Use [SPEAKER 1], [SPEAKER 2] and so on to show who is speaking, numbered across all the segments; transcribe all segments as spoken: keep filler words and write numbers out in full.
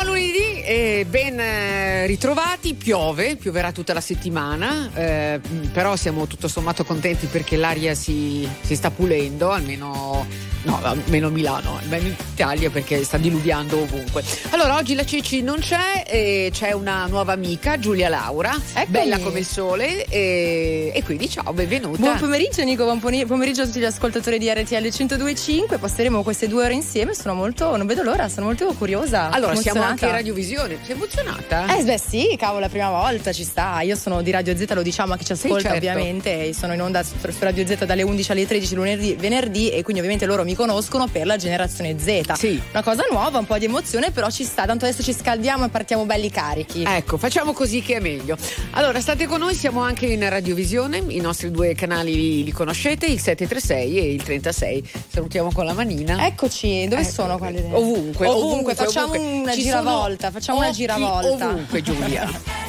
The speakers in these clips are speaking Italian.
[SPEAKER 1] Buon lunedì e ben eh, ritrovati. Piove, pioverà tutta la settimana, eh, però siamo tutto sommato contenti perché l'aria si, si sta pulendo, almeno, no, almeno a Milano, almeno in Italia, perché sta diluviando ovunque. Allora, oggi la Ceci non c'è, e c'è una nuova amica, Giulia Laura,
[SPEAKER 2] Eccomi.
[SPEAKER 1] Bella come il sole, e, e quindi ciao, benvenuta.
[SPEAKER 2] Buon pomeriggio Nico, buon pomeriggio a tutti gli ascoltatori di R T L centodue e cinque. Passeremo queste due ore insieme, sono molto, non vedo l'ora, sono molto curiosa.
[SPEAKER 1] Allora, siamo
[SPEAKER 2] emozionata.
[SPEAKER 1] anche in radiovisione, sei emozionata?
[SPEAKER 2] Eh beh sì, cavolo, la prima volta ci sta. Io sono di Radio Z, lo diciamo a chi ci ascolta,
[SPEAKER 1] Sì, certo.
[SPEAKER 2] ovviamente. Sono in onda su, su Radio Z dalle undici alle tredici lunedì, venerdì, e quindi ovviamente loro mi conoscono per la generazione Z.
[SPEAKER 1] Sì.
[SPEAKER 2] Una cosa nuova, un po' di emozione, però ci sta. Tanto adesso ci scaldiamo e partiamo belli carichi.
[SPEAKER 1] Ecco, facciamo così che è meglio. Allora, state con noi, siamo anche in radiovisione, i nostri due canali li, li conoscete, il sette tre sei e il trentasei. Salutiamo con la manina.
[SPEAKER 2] Eccoci, dove
[SPEAKER 1] Ecco.
[SPEAKER 2] sono quelli?
[SPEAKER 1] Ovunque, ovunque,
[SPEAKER 2] ovunque, facciamo
[SPEAKER 1] ovunque.
[SPEAKER 2] una
[SPEAKER 1] Ci
[SPEAKER 2] giravolta,
[SPEAKER 1] sono
[SPEAKER 2] facciamo una
[SPEAKER 1] occhi
[SPEAKER 2] giravolta.
[SPEAKER 1] ovunque, Giulia.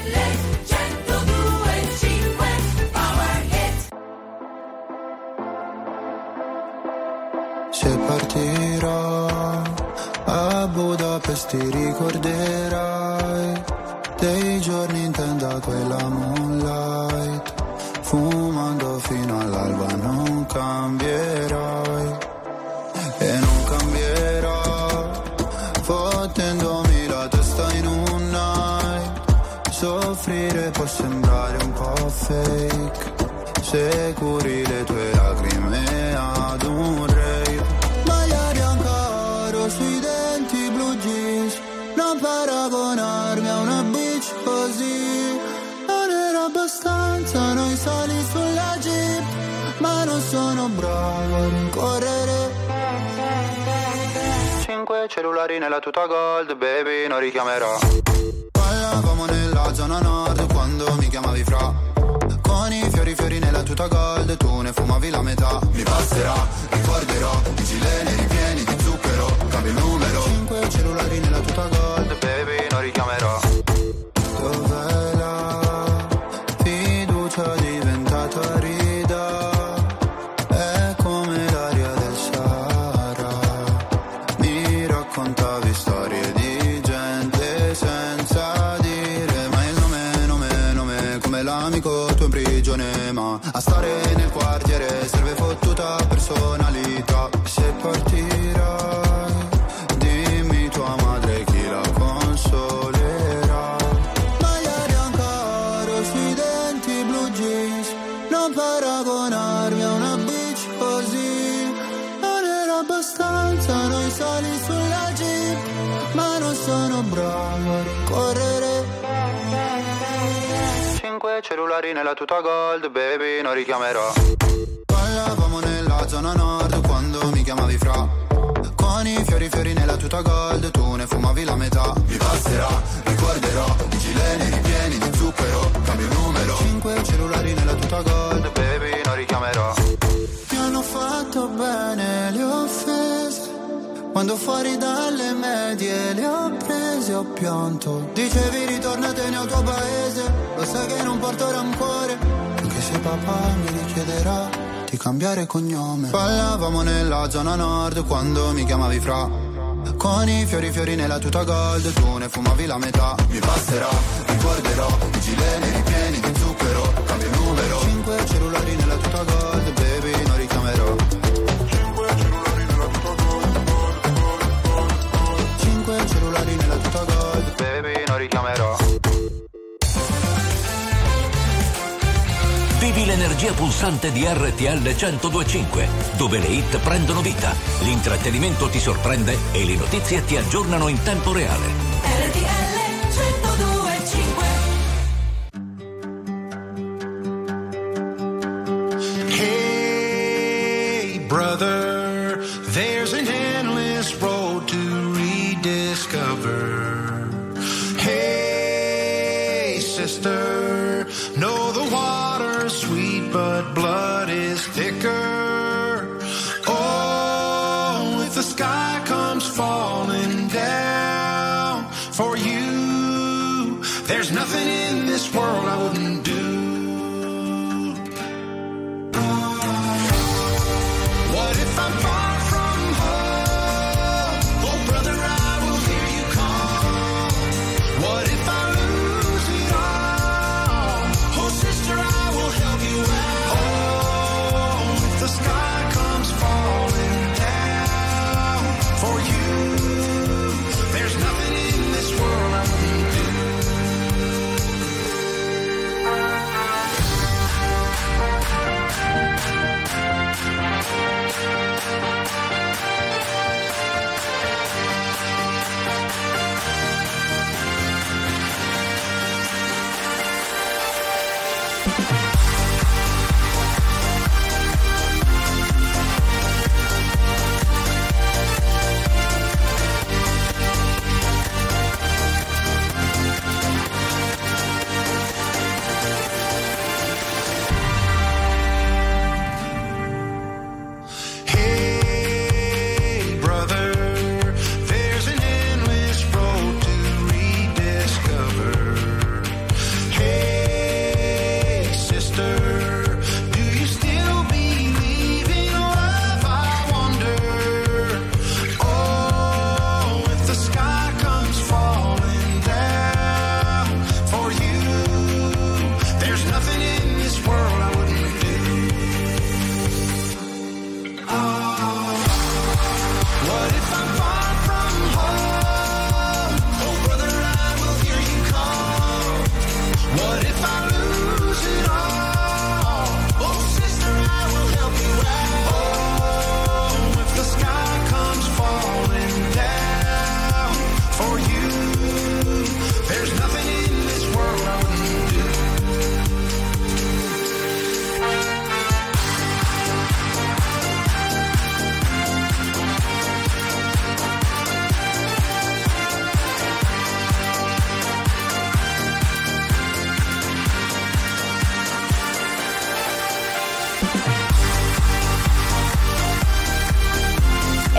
[SPEAKER 3] Se partirò a Budapest ti ricorderai dei giorni in tenda quella moonlight, fumando fino all'alba non cambierai e non cambierò, fottendomi la testa in un night. Soffrire può sembrare un po' fake se curi le tue lacrime ad un rave. Magliare ancora sui denti blu jeans, non paragonarmi a una bitch così. Non era abbastanza noi soli sulla jeep, ma non sono bravo a rincorrere. Cinque cellulari nella tuta gold, baby, non richiamerò. Parlavamo nella zona nord quando mi chiamavi fra. Con i fiori fiori nella tuta gold, tu ne fumavi la metà. Mi passerà, ricorderò, i gileni ripieni di zucchero, cambio il numero. Cinque cellulari nella tuta gold, baby, non richiamerò. Dov'è la fiducia diventata rida? È come l'aria del Sahara. Mi raccontavi storie di gente senza dire mai il nome, nome, nome, come l'amico tuo in prigione, ma a stare nel quartiere serve fottuta personalità. Se partirai, dimmi tua madre chi la consolerà. Magliare ancora sui denti blu jeans, non paragonarmi a una bitch così. Non era abbastanza noi soli sulla jeep, ma non sono bravo a rincorrere. Cinque cellulari nella tuta gold, baby, non richiamerò. Parlavamo nella zona nord quando mi chiamavi fra. Con i fiori fiori nella tuta gold, tu ne fumavi la metà. Mi passerà, ricorderò, i gileni ripieni di zucchero, cambio il numero. Cinque cellulari nella tuta gold, baby, non richiamerò. Mi hanno fatto bene le offese, quando fuori dalle medie le ho prese, ho pianto. Dicevi ritornatene al tuo paese, lo sai che non porto rancore, anche se papà mi richiederà di cambiare cognome. Parlavamo nella zona nord quando mi chiamavi fra. Con i fiori fiori nella tuta gold, tu ne fumavi la metà. Mi passerà, ricorderò, i gileni ripieni di zucchero, cambio il numero. Cinque cellulari nella tuta gold, baby, non richiamerò. Cellulari nella tuta gold, baby, non richiamerò.
[SPEAKER 4] Vivi l'energia pulsante di R T L centodue e cinque, dove le hit prendono vita, l'intrattenimento ti sorprende e le notizie ti aggiornano in tempo reale. R T L centodue e cinque.
[SPEAKER 5] Hey brother, there's an endless road to discover. Hey sister, know the water's sweet but blood is thicker. Oh, if the sky comes falling down for you, there's nothing in this world I wouldn't do. What if I'm far from home? Oh brother, I will hear you call.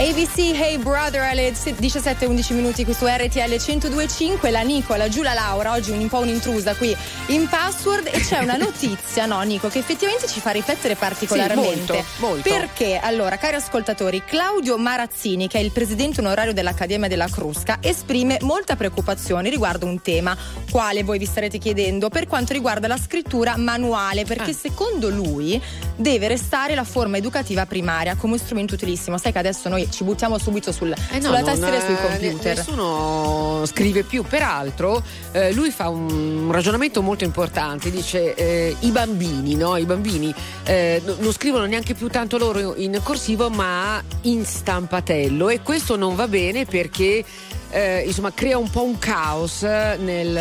[SPEAKER 2] A B C, Hey Brother, alle diciassette e undici minuti qui su R T L centodue e cinque. La Nico, la Giù, la Laura, oggi un po' un'intrusa qui in Password, e c'è una notizia, no Nico, che effettivamente ci fa riflettere particolarmente.
[SPEAKER 1] Sì, molto, molto.
[SPEAKER 2] Perché, allora, cari ascoltatori, Claudio Marazzini, che è il presidente onorario dell'Accademia della Crusca, esprime molta preoccupazione riguardo un tema, quale voi vi starete chiedendo, per quanto riguarda la scrittura manuale, perché ah. secondo lui deve restare la forma educativa primaria come strumento utilissimo. Sai che adesso noi ci buttiamo subito sul, eh no, sulla tastiera e sui computer.
[SPEAKER 1] Nessuno scrive più. Peraltro eh, lui fa un ragionamento molto importante. Dice eh, i bambini, no? I bambini eh, non scrivono neanche più tanto loro in corsivo, ma in stampatello, e questo non va bene perché Eh, insomma crea un po' un caos nel,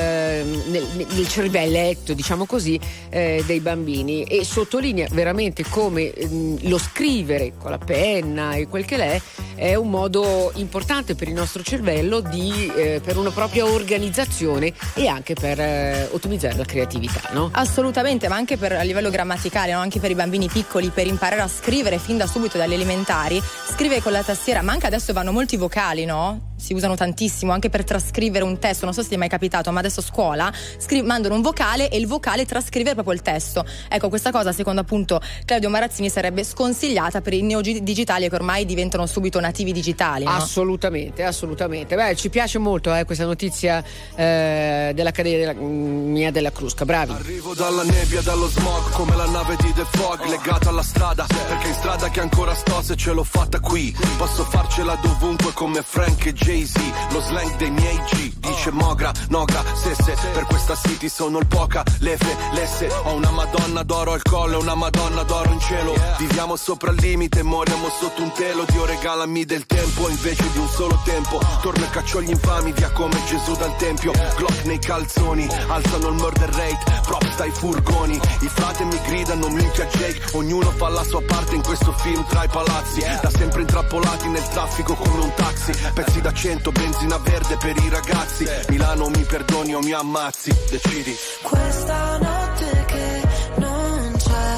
[SPEAKER 1] nel, nel cervelletto, diciamo così, eh, dei bambini, e sottolinea veramente come mh, lo scrivere con la penna e quel che l'è è un modo importante per il nostro cervello di, eh, per una propria organizzazione e anche per eh, ottimizzare la creatività, no?
[SPEAKER 2] Assolutamente, ma anche per a livello grammaticale, no? Anche per i bambini piccoli, per imparare a scrivere fin da subito dalle elementari, scrivere con la tastiera, ma anche adesso vanno molti vocali, no? Si usano tantissimo anche per trascrivere un testo, non so se ti è mai capitato, ma adesso a scuola scri- mandano un vocale e il vocale trascrive proprio il testo. Ecco, questa cosa secondo appunto Claudio Marazzini sarebbe sconsigliata per i neodigitali che ormai diventano subito nativi digitali, no?
[SPEAKER 1] Assolutamente, assolutamente. Beh, ci piace molto eh, questa notizia eh, dell'Accademia della, mia della Crusca, bravi.
[SPEAKER 6] Arrivo dalla nebbia, dallo smog, come la nave di The Fog, legata alla strada, perché in strada che ancora sto, se ce l'ho fatta qui, posso farcela dovunque come Frank e Jay-Z. Lo slang dei miei G dice mogra, nogra, sesse. Per questa city sono il poca, lefe, lesse. Ho una madonna d'oro al collo e una madonna d'oro in cielo. Viviamo sopra il limite, moriamo sotto un telo. Dio regalami del tempo invece di un solo tempo. Torno e caccio gli infami via come Gesù dal tempio. Glock nei calzoni, alzano il murder rate. Props dai furgoni, i frate mi gridano minchia Jake. Ognuno fa la sua parte in questo film tra i palazzi. Da sempre intrappolati nel traffico come un taxi. Pezzi da cento, benzina verde per i ragazzi. Milano mi perdoni o mi ammazzi, decidi.
[SPEAKER 7] Questa notte che non c'è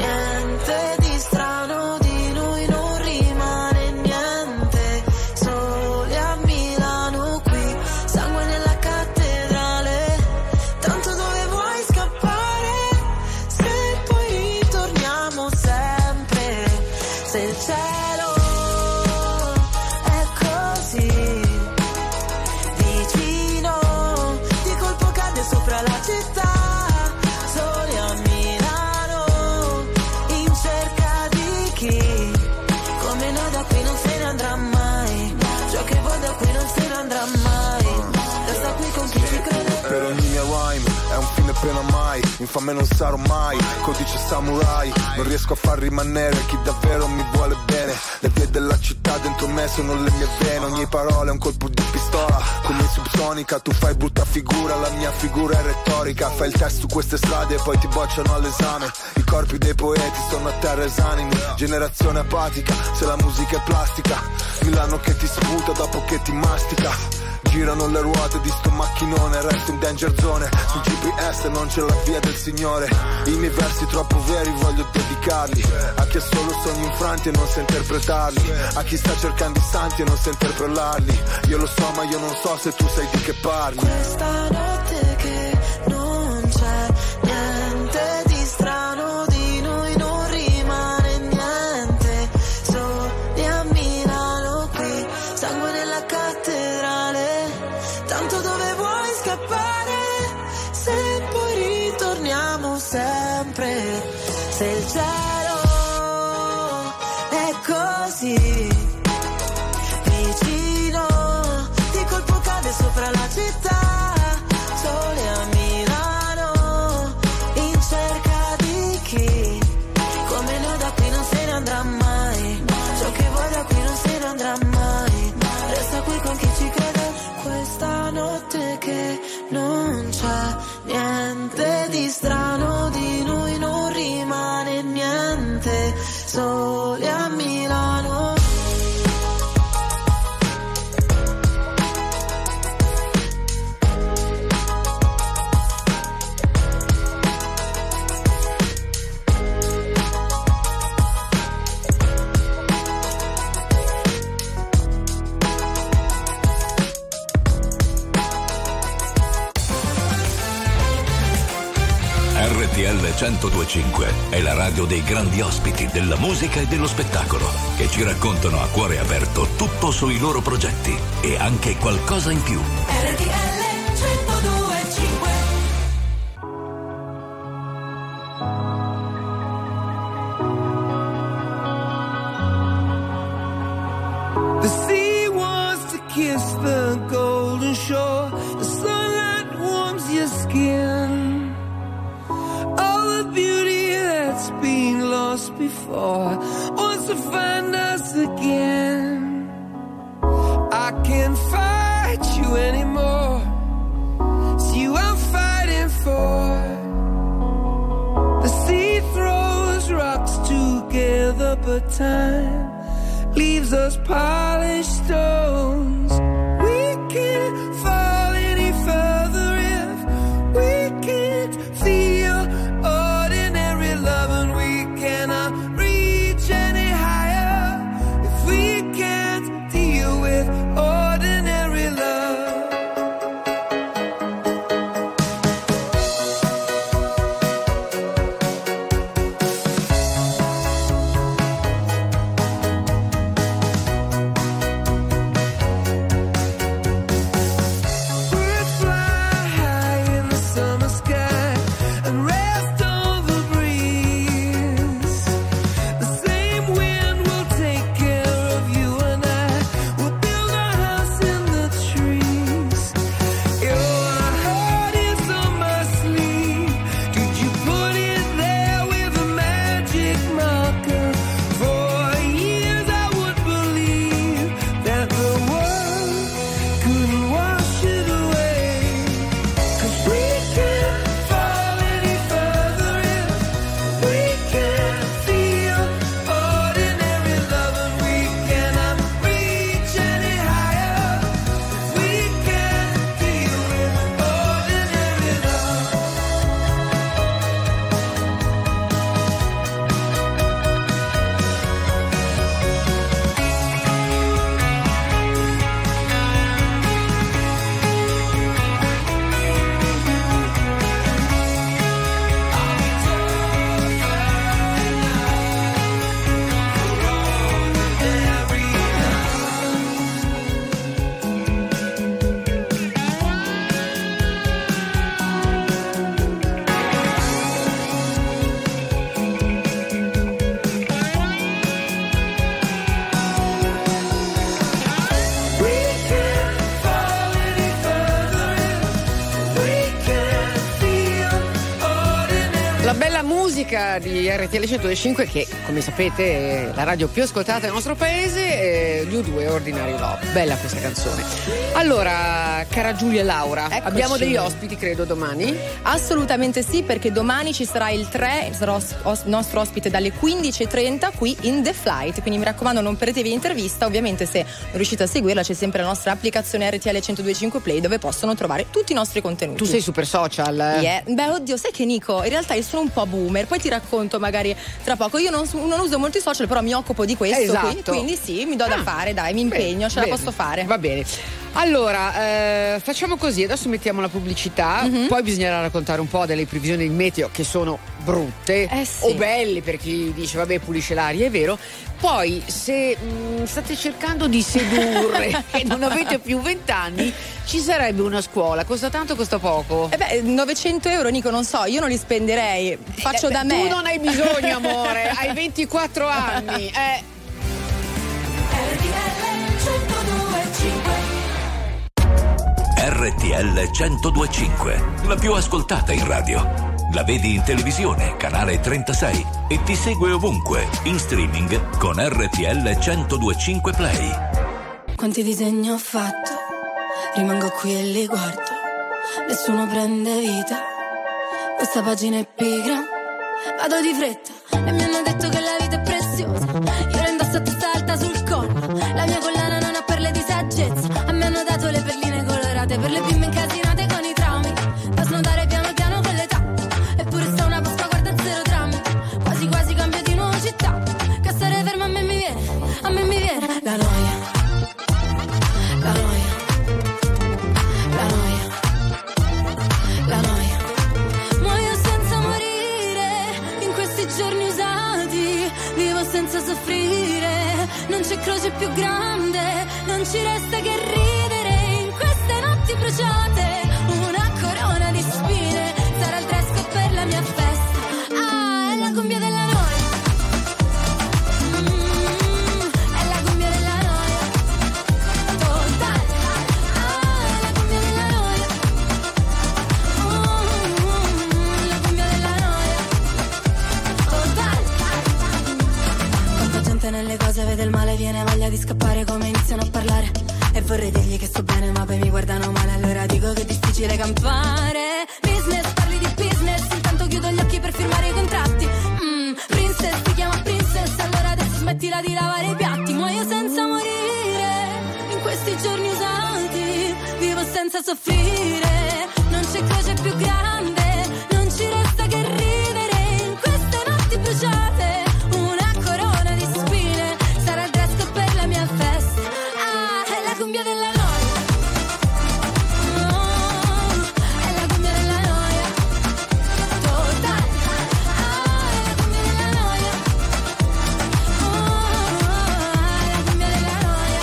[SPEAKER 7] niente di strano, di noi non rimane niente. Soli a Milano qui, sangue nella cattedrale. Tanto dove vuoi scappare, se poi ritorniamo sempre. Se il cielo è così sopra la città, soli a Milano, in cerca di chi, come noi da qui non se ne andrà mai, ciò che vuoi da qui non se ne andrà mai, resta qui con chi ci crede.
[SPEAKER 6] Per ogni mia rhyme è un fine pena mai, infame non sarò mai, codice samurai, non riesco a far rimanere chi davvero mi vuole bene, le vie della città dentro me sono le mie vene, ogni parola è un colpo di pistola, come subsonica tu fai brutta figura, la mia figura è retorica, fai il test su queste strade e poi ti bocciano all'esame, i corpi dei poeti sono a terra esanimi, generazione apatica, se la musica è plastica, Milano che ti sputa dopo che ti mastica. Girano le ruote di sto macchinone, resto in danger zone, sul G P S non c'è la via del Signore, i miei versi troppo veri voglio dedicarli, a chi ha solo sogni infranti e non sa interpretarli, a chi sta cercando i santi e non sa interpellarli, io lo so ma io non so se tu sai di che parli.
[SPEAKER 7] Questa notte che non c'è niente di strano, di noi non rimane niente, soli a Milano qui, sangue nella cattedrale. Tanto dove vuoi scappare, se poi ritorniamo sempre, se il cielo è così vicino, di colpo cade sopra la città, sole a Milano, in cerca di chi, come noi da qui non se ne andrà mai, ciò che vuoi da qui non se ne andrà mai, resta qui con chi ci crede. Questa notte che non c'è niente di strano, di noi non rimane niente, soli a Milano.
[SPEAKER 4] centodue e cinque è la radio dei grandi ospiti della musica e dello spettacolo, che ci raccontano a cuore aperto tutto sui loro progetti e anche qualcosa in più.
[SPEAKER 7] R T L centodue e cinque.
[SPEAKER 8] The sea wants to kiss the golden shore. The sunlight warms your skin. All the beauty that's been lost before wants to find us again. I can't fight you anymore. It's you I'm fighting for. The sea throws rocks together, but time leaves us polished stones. We can't fall any further if we can't feel ordinary love, and we cannot reach any higher if we can't deal with ordinary love.
[SPEAKER 1] Di R T L centodue e cinque, che come sapete è la radio più ascoltata del nostro paese, eh, gli U due Ordinary Love. Bella questa canzone. Allora, cara Giulia e Laura,
[SPEAKER 2] Eccoci.
[SPEAKER 1] abbiamo degli ospiti credo domani?
[SPEAKER 2] Assolutamente sì, perché domani ci sarà il tre, sarà os- os- nostro ospite dalle quindici e trenta qui in The Flight, quindi mi raccomando non perdetevi l'intervista. Ovviamente se non riuscite a seguirla c'è sempre la nostra applicazione R T L centodue e cinque Play, dove possono trovare tutti i nostri contenuti.
[SPEAKER 1] Tu sei super social?
[SPEAKER 2] Yeah. Beh, oddio, sai che Nico, in realtà io sono un po' boomer, poi ti racconto magari tra poco. Io non, non uso molti social, però mi occupo di questo,
[SPEAKER 1] esatto.
[SPEAKER 2] quindi, quindi sì, mi do da
[SPEAKER 1] ah,
[SPEAKER 2] fare, dai, mi impegno,
[SPEAKER 1] bene,
[SPEAKER 2] ce
[SPEAKER 1] bene.
[SPEAKER 2] la posso fare.
[SPEAKER 1] Va bene. Allora, eh, facciamo così, adesso mettiamo la pubblicità, mm-hmm. poi bisognerà raccontare un po' delle previsioni del meteo, che sono brutte
[SPEAKER 2] eh sì.
[SPEAKER 1] o belle per chi dice vabbè pulisce l'aria, è vero. Poi se mh, state cercando di sedurre e non avete più vent'anni, ci sarebbe una scuola, costa tanto, costa poco?
[SPEAKER 2] Eh beh, novecento euro, Nico, non so, io non li spenderei, faccio
[SPEAKER 1] eh,
[SPEAKER 2] da me.
[SPEAKER 1] Tu non hai bisogno, amore, hai ventiquattro anni. Eh.
[SPEAKER 4] R T L centodue e cinque, la più ascoltata in radio. La vedi in televisione, canale trentasei, e ti segue ovunque, in streaming con R T L centodue e cinque Play.
[SPEAKER 7] Quanti disegni ho fatto, rimango qui e li guardo, nessuno prende vita, questa pagina è pigra, vado di fretta, e mi hanno detto che la vita è preziosa, io la indosso a testa alta sul collo, la mia collana non ha perle di saggezza, a me hanno dato le perline colorate per le bimbe incasinate con i traumi, da snodare piano piano con l'età, eppure sta una Pasqua, guarda zero drammi, quasi quasi cambio di nuova città, che stare fermo a me mi viene, a me mi viene la noia, la noia, la noia, la noia, muoio senza morire,
[SPEAKER 9] più grande, non ci resta che ridere in queste notti bruciate. Una corona di spine sarà il dress code per la mia festa. Ah, è la cumbia della noia. Mm, è la cumbia della noia. Totale. Ah, è la cumbia della noia. Mm, la cumbia della noia. Totale. Quanta gente nelle cose vede il male, viene voglia di scappare come iniziano a parlare. E vorrei dirgli che sto bene ma poi mi guardano male, allora dico che è difficile campare. Business, parli di business, intanto chiudo gli occhi per firmare i contratti. mm, Princess, ti chiama princess, allora adesso smettila di lavare i piatti. Muoio senza morire, in questi giorni usati, vivo senza soffrire. Non c'è croce più grande, non ci resta che ridere in queste notti bruciate. Una corona di spine sarà il dress code per la mia festa. Ah, è la cumbia della noia. Oh, è la cumbia della noia. Totale. Ah, è la cumbia della noia. Oh, è la cumbia della noia.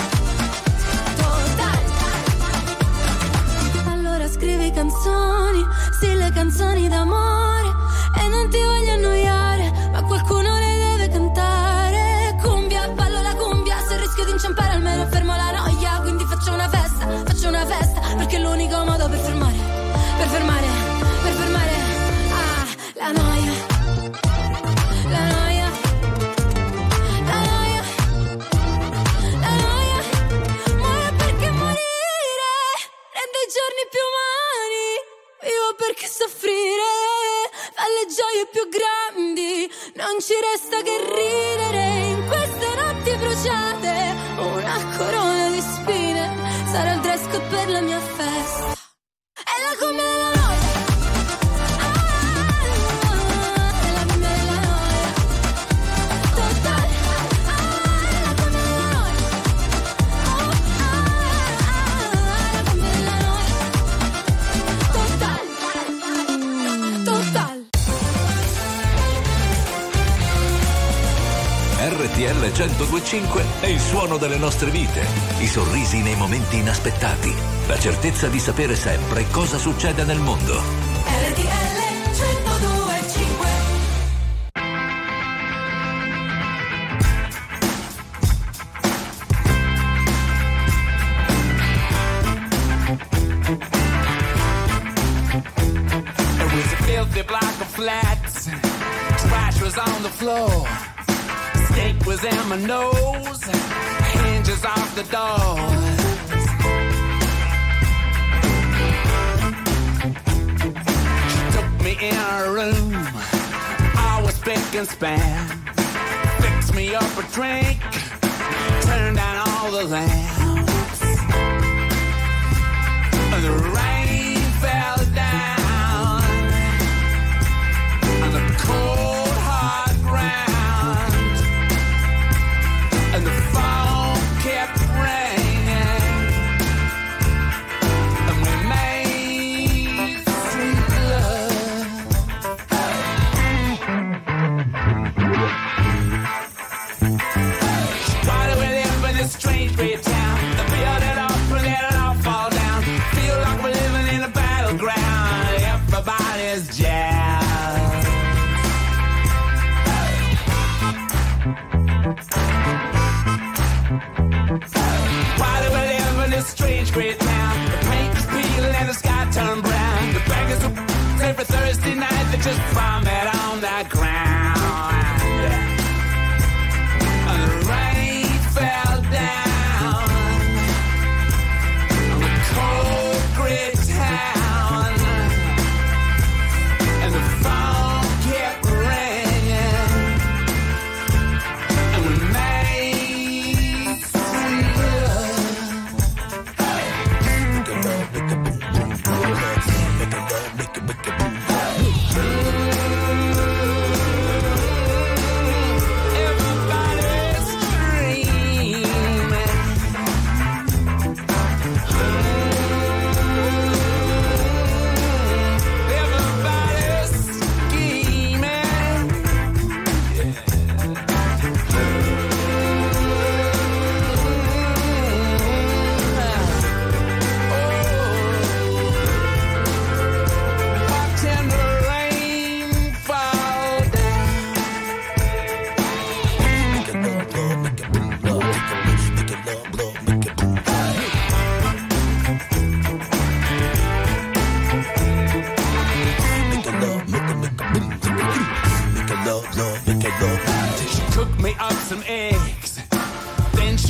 [SPEAKER 9] Totale. Allora scrivi canzoni, sì, le canzoni d'amore, e non ti voglio annoiare, ma qualcuno le deve cantare. Cumbia, ballo la cumbia, se rischio di inciampare almeno fermo la noia. Quindi faccio una festa, faccio una festa, perché è l'unico modo per fermare, per fermare, per fermare, ah, la noia. La noia. La noia. La noia. Muore perché morire rende i giorni più umani. Vivo perché soffrire fa le gioie più grandi. Non ci resta che ridere in queste notti bruciate. Una corona di spine sarà il dress code per la mia festa. È la cumbia della noia. Ah, è la cumbia della noia. Totale. Ah, è la cumbia della noia. Oh, ah, è la cumbia della noia. Totale. Totale.
[SPEAKER 4] R T L centodue e cinque è il suono delle nostre vite, i sorrisi nei momenti inaspettati, la certezza di sapere sempre cosa succede nel mondo.
[SPEAKER 7] R T L centodue e cinque.
[SPEAKER 10] It was a filthy block of flats, trash was on the floor, stink was in my nose, hinges off the doors. She took me in her room, I was spick and span, fixed me up a drink, turned down all the lamps, and the rain fell down on the cold hard ground, and the phone kept ringing, and we made sweet love. Started with him in this strange great town, the build it up and let it all fall down. Feel like we're living in a battleground, everybody's jazzed. While we live in this strange great town, the paint is peeling and the sky turned brown. The beggars are every Thursday night, they just vomit on the ground. And the rain fell down on the cold gray town, and the phone kept ringing, and we made sweet love.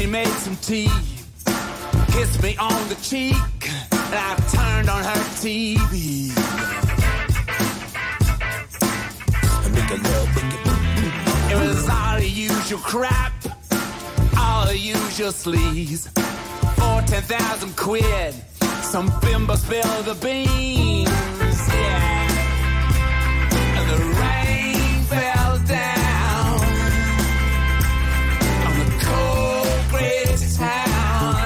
[SPEAKER 10] she made some tea, kissed me on the cheek, and I turned on her T V. It was all the usual crap, all the usual sleaze. For ten thousand quid, some bimbo spilled the beans, yeah. And the rain fell down on the cold grey town.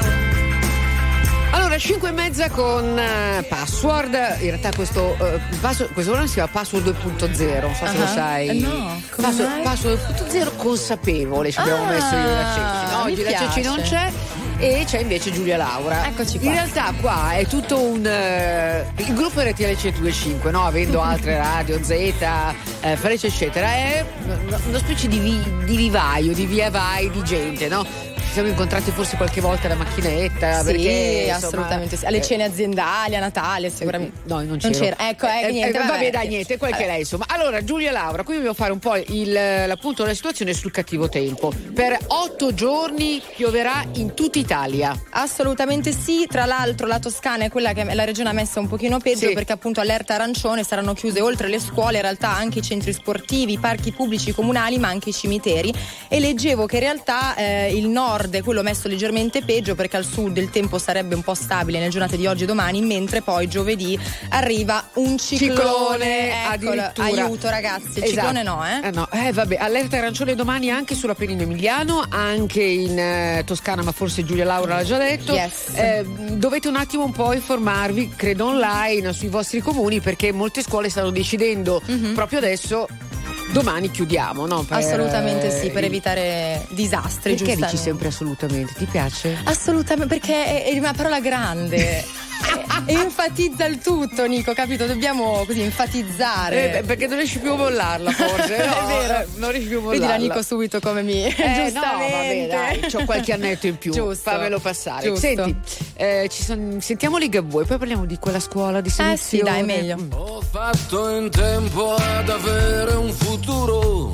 [SPEAKER 1] Allora, cinque e mezza con uh, Password. In realtà questo uh, passo, questo programma si chiama Password due punto zero, non so uh-huh. se lo sai.
[SPEAKER 2] No,
[SPEAKER 1] Password, Password due punto zero consapevole, ci abbiamo ah, messo io e la Cecci. No, oggi la Cecci non c'è. E c'è invece Giulia Laura.
[SPEAKER 2] Eccoci qua.
[SPEAKER 1] In realtà qua è tutto un uh, il gruppo R T L centodue e cinque, no? Avendo altre radio, Z, eh, Freccia eccetera, è una specie di, vi, di vivaio, di via vai di gente, no? Ci siamo incontrati forse qualche volta alla macchinetta,
[SPEAKER 2] sì,
[SPEAKER 1] perché insomma,
[SPEAKER 2] assolutamente sì. Alle cene aziendali, a Natale sicuramente.
[SPEAKER 1] No, non c'ero.
[SPEAKER 2] Non c'era. Ecco, eh,
[SPEAKER 1] eh,
[SPEAKER 2] niente,
[SPEAKER 1] eh,
[SPEAKER 2] vabbè,
[SPEAKER 1] vabbè, dai, niente, quel che lei, insomma. Allora, Giulia Laura, qui dobbiamo fare un po' il, l'appunto della situazione sul cattivo tempo. Per otto giorni pioverà in tutta Italia.
[SPEAKER 2] Assolutamente sì, tra l'altro la Toscana è quella che la regione ha messa un pochino peggio, sì, perché appunto allerta arancione, saranno chiuse oltre le scuole, in realtà anche i centri sportivi, i parchi pubblici comunali, ma anche i cimiteri. E leggevo che in realtà eh, il nord è quello messo leggermente peggio, perché al sud il tempo sarebbe un po' stabile nelle giornate di oggi e domani, mentre poi giovedì arriva un ciclone,
[SPEAKER 1] ciclone
[SPEAKER 2] Eccolo, aiuto ragazzi, il
[SPEAKER 1] esatto.
[SPEAKER 2] ciclone no eh?
[SPEAKER 1] Eh no, eh vabbè, allerta arancione domani anche sull'Appennino emiliano, anche in eh, Toscana, ma forse Giulia Laura l'ha già detto.
[SPEAKER 2] Yes.
[SPEAKER 1] Eh, dovete un attimo un po' informarvi, credo online, sui vostri comuni, perché molte scuole stanno decidendo mm-hmm. proprio adesso. Domani chiudiamo, no? Per,
[SPEAKER 2] assolutamente sì, per evitare disastri.
[SPEAKER 1] Perché dici sempre assolutamente? Ti piace?
[SPEAKER 2] Assolutamente, perché è, è una parola grande. E enfatizza il tutto, Nico, capito? Dobbiamo così enfatizzare.
[SPEAKER 1] Eh, perché non riesci più a mollarla, forse. No,
[SPEAKER 2] è vero.
[SPEAKER 1] Non riesci più a mollarla.
[SPEAKER 2] Vedi la Nico subito come mi.
[SPEAKER 1] Eh,
[SPEAKER 2] giustamente.
[SPEAKER 1] No, vabbè, dai, c'ho qualche annetto in più.
[SPEAKER 2] Giusto.
[SPEAKER 1] Fammelo passare.
[SPEAKER 2] Giusto.
[SPEAKER 1] Senti, eh, ci son, sentiamo Ligabue, poi parliamo di quella scuola di selezione.
[SPEAKER 2] Eh sì, dai, meglio.
[SPEAKER 11] Mm. Ho fatto in tempo ad avere un futuro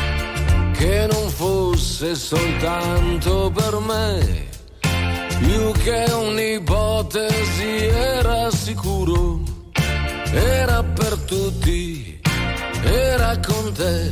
[SPEAKER 11] che non fosse soltanto per me. Più che un'ipotesi era sicuro, era per tutti, era con te.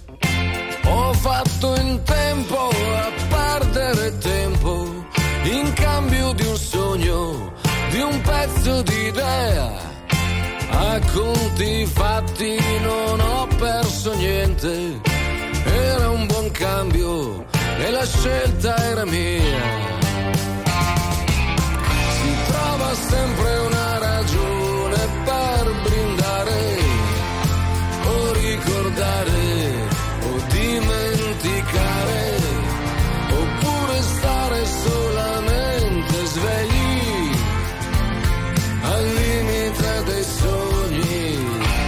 [SPEAKER 11] Ho fatto in tempo a perdere tempo in cambio di un sogno, di un pezzo di idea. A conti fatti non ho perso niente, era un buon cambio e la scelta era mia. Trova sempre una ragione per brindare o ricordare o dimenticare, oppure stare solamente svegli al limite dei sogni,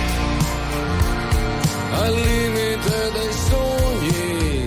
[SPEAKER 11] al limite dei sogni.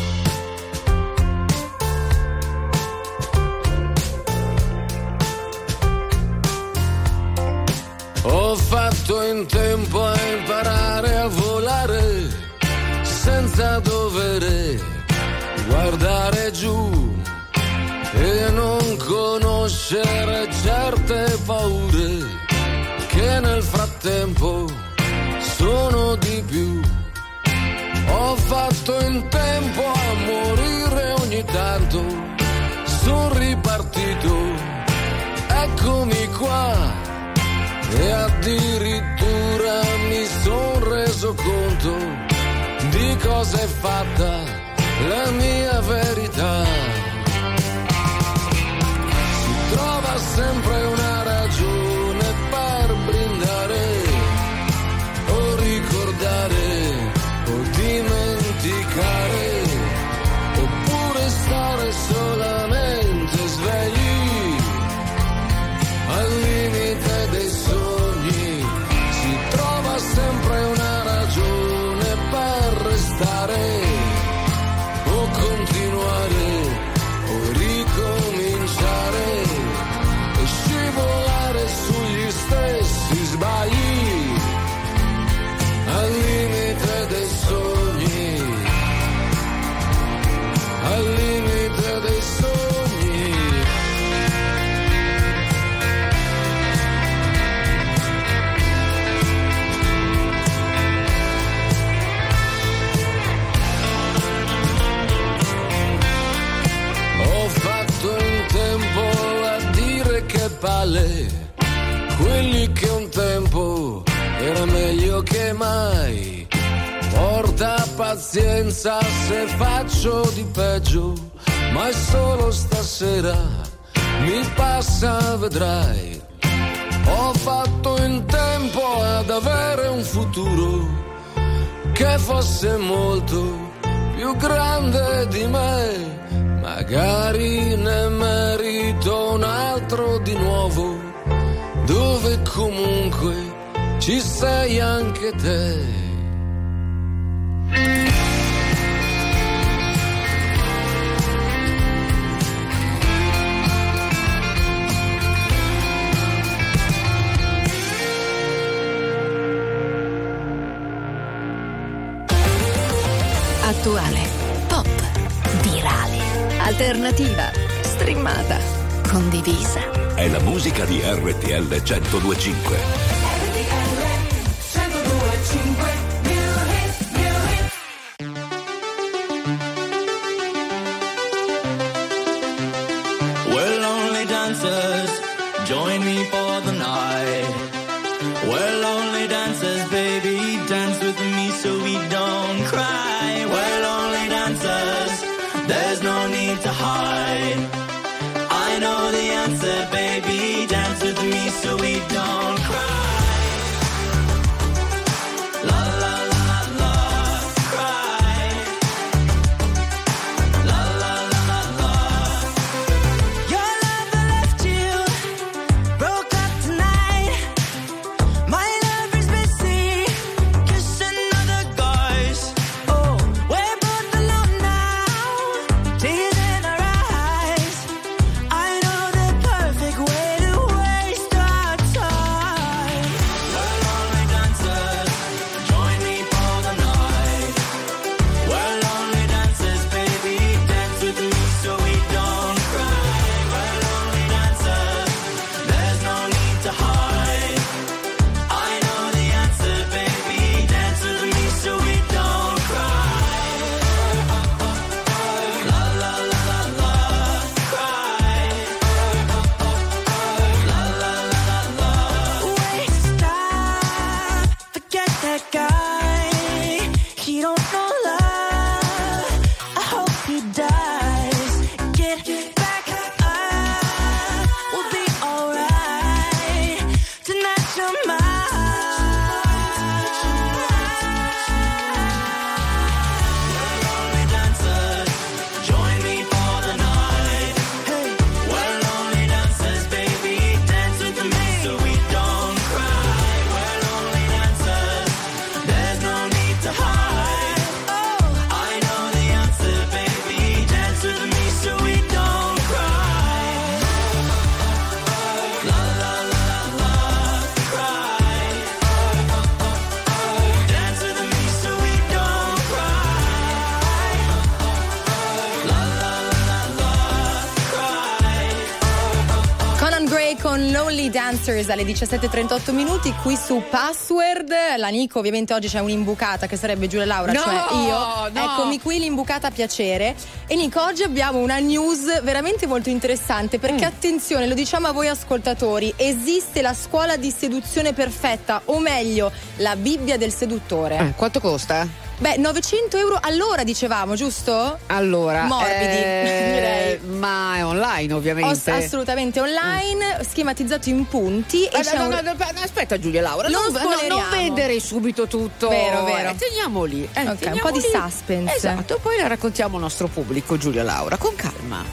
[SPEAKER 11] Ho fatto in tempo a imparare a volare senza dover guardare giù e non conoscere certe paure che nel frattempo sono di più. Ho fatto in tempo a morire ogni tanto, son ripartito, eccomi qua. E addirittura mi son reso conto di cosa è fatta la mia verità. Si trova sempre una ragione per brindare o ricordare o dimenticare, oppure stare solamente svegli al limite dei sogni. Si trova sempre una ragione per restare o continuare palle, quelli che un tempo era meglio che mai. Porta pazienza se faccio di peggio, ma è solo stasera, mi passa, vedrai. Ho fatto in tempo ad avere un futuro che fosse molto più grande di me. Magari ne merito un altro di nuovo, dove comunque ci sei anche te.
[SPEAKER 12] Attuale, pop, virale, alternativa, streamata, condivisa.
[SPEAKER 4] È la musica di R T L centodue e cinque.
[SPEAKER 12] R T L centodue e cinque.
[SPEAKER 13] Well, only dancers, join me for the night. Well, only dancers, baby, dance with me so we don't cry. Well, only dancers, there's no need to hide. I know the answer, baby, dance with me so we don't cry. La la la la, cry. La la la la. Your love left you, broke up tonight. My love is busy, kissing other guys. Oh, we're both alone now, tears in our eyes. I know the perfect way to waste our time. We're only dancers, join me for the night. We're only dancers, baby, dance with me so we don't cry. We're only dancers, there's no need to hide. I know the answer, baby, dance with me so we don't cry. La la la la la, cry. La la la la la. Waste time, forget that guy. He don't know love. I hope he dies. Get back up, we'll be alright. Tonight's your We're only dancers, join me for the night. Hey, we're only dancers, baby, dance with me so we don't cry. We're only dancers, there's no need to hide. Oh, I know the answer, baby, dance with me so we don't cry. La la la la la, cry. Dance with me so we don't cry. La la la la la, cry.
[SPEAKER 2] Conan Gray con Lonely Dancers alle diciassette e trentotto minuti qui su Password. La Nico, ovviamente oggi c'è un'imbucata che sarebbe Giulia Laura,
[SPEAKER 1] No,
[SPEAKER 2] cioè io.
[SPEAKER 1] no.
[SPEAKER 2] Eccomi qui, l'imbucata a piacere. E Nico, oggi abbiamo una news veramente molto interessante perché attenzione, lo diciamo a voi ascoltatori, esiste la scuola di seduzione perfetta, o meglio, la Bibbia del seduttore.
[SPEAKER 1] Eh, quanto costa?
[SPEAKER 2] Beh, novecento euro all'ora dicevamo, giusto?
[SPEAKER 1] Allora,
[SPEAKER 2] Morbidi,
[SPEAKER 1] eh,
[SPEAKER 2] direi.
[SPEAKER 1] ma è online ovviamente.
[SPEAKER 2] Os- assolutamente online, schematizzato in punti.
[SPEAKER 1] Eh,
[SPEAKER 2] e c'è
[SPEAKER 1] no,
[SPEAKER 2] un-
[SPEAKER 1] no, no, no, aspetta Giulia Laura,
[SPEAKER 2] Non
[SPEAKER 1] non, no,
[SPEAKER 2] spoileriamo.
[SPEAKER 1] non vendere subito tutto.
[SPEAKER 2] Vero, vero.
[SPEAKER 1] Eh, teniamo lì. eh,
[SPEAKER 2] Ok, un
[SPEAKER 1] teniamo
[SPEAKER 2] po' di
[SPEAKER 1] lì.
[SPEAKER 2] suspense.
[SPEAKER 1] Esatto, poi la raccontiamo al nostro pubblico, Giulia Laura, con calma.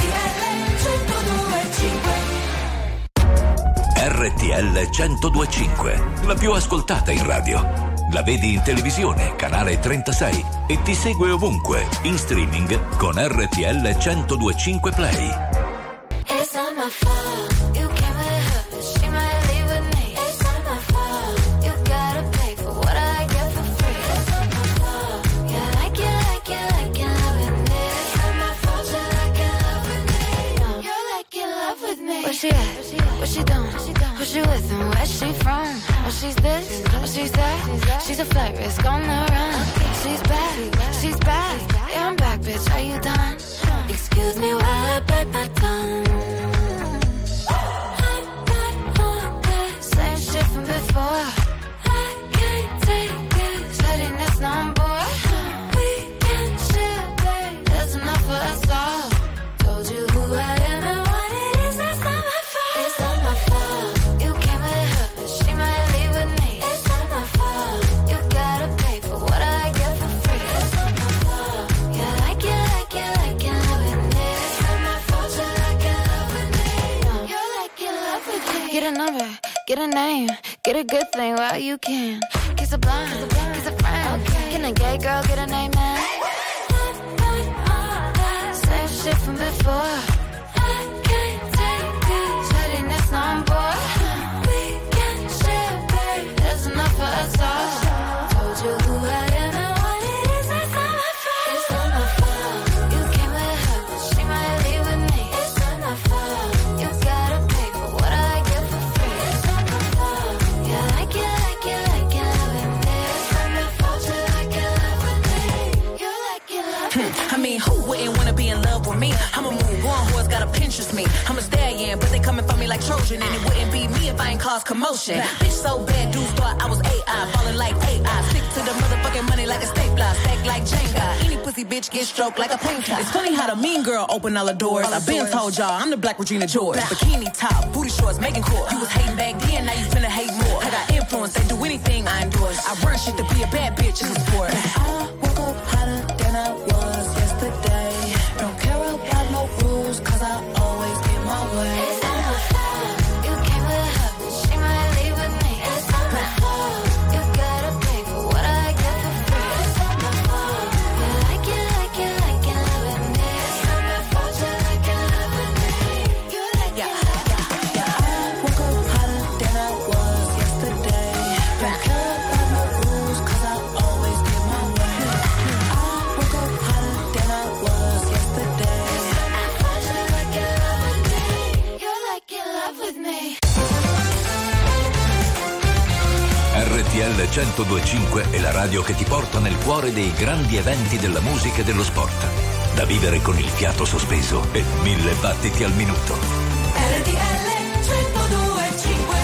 [SPEAKER 4] R T L centodue e cinque, la più ascoltata in radio. La vedi in televisione, canale trentasei, e ti segue ovunque, in streaming con R T L centodue e cinque Play.
[SPEAKER 9] It's not my fault. You came with her, but she might leave with me. It's not my fault. You gotta pay for what I get for free. It's not my fault. You like it, like it, like it, love with me. It's not my fault. You like it, love with me. No, you like it, love with me. Where she at? What she doing? Who she with and where she from? Oh, she's this, oh, she's that. She's a flight risk on the run. She's back, she's back. Yeah, I'm back, bitch. Are you done? Excuse me while I bite my tongue. I'm number, get a name, get a good thing while you can. Kiss a blind, kiss a friend. Can a gay girl get a name now? Same shit from before. I can't take it. Shutting this number. We can share, babe. There's enough for us all. Told you who I am and what it is. It's not my fault. It's not my fault. You came with her, but she might leave with me. It's not my fault. You gotta pay for what I get for free. It's not my fault. You like it, like it, like it, love with me. It's not my fault. You like it, love with me. You like it, love with me.
[SPEAKER 14] I mean, who wouldn't wanna be in love with me? I'ma move on, who's gotta Pinterest me? I'm a stallion, but they coming for me like Trojan, and it wouldn't be me if I ain't cause commotion. Bitch so bad, dudes thought I was A I, falling like A I. Stick to the motherfucking money like a stapler, stack like Jenga. Any pussy bitch get stroked like a painter. It's funny how the mean girl open all the doors. I been told y'all I'm the Black Regina George. Bikini top, booty shorts, making court. You was hating back then, now you finna hate more. I got influence, they do anything I endorse. I run shit to be a bad bitch in the sport.
[SPEAKER 7] I woke up hotter than I was yesterday. Don't care about no rules, cause I always get my way.
[SPEAKER 9] It's not my fault. You came with her, but she might leave with me. It's not my fault. You gotta pay for what I get for free. It's not my fault. You like it, like it, like it, love with me. It's not my fault. You like it, love with me. You like it, like it.
[SPEAKER 7] I woke up hotter than I was yesterday. Don't care about no rules, cause I always get my way. I woke up hotter than I was yesterday.
[SPEAKER 4] R T L centodue e cinque è la radio che ti porta nel cuore dei grandi eventi della musica e dello sport. Da vivere con il fiato sospeso e mille battiti al minuto.
[SPEAKER 12] R T L centodue e cinque.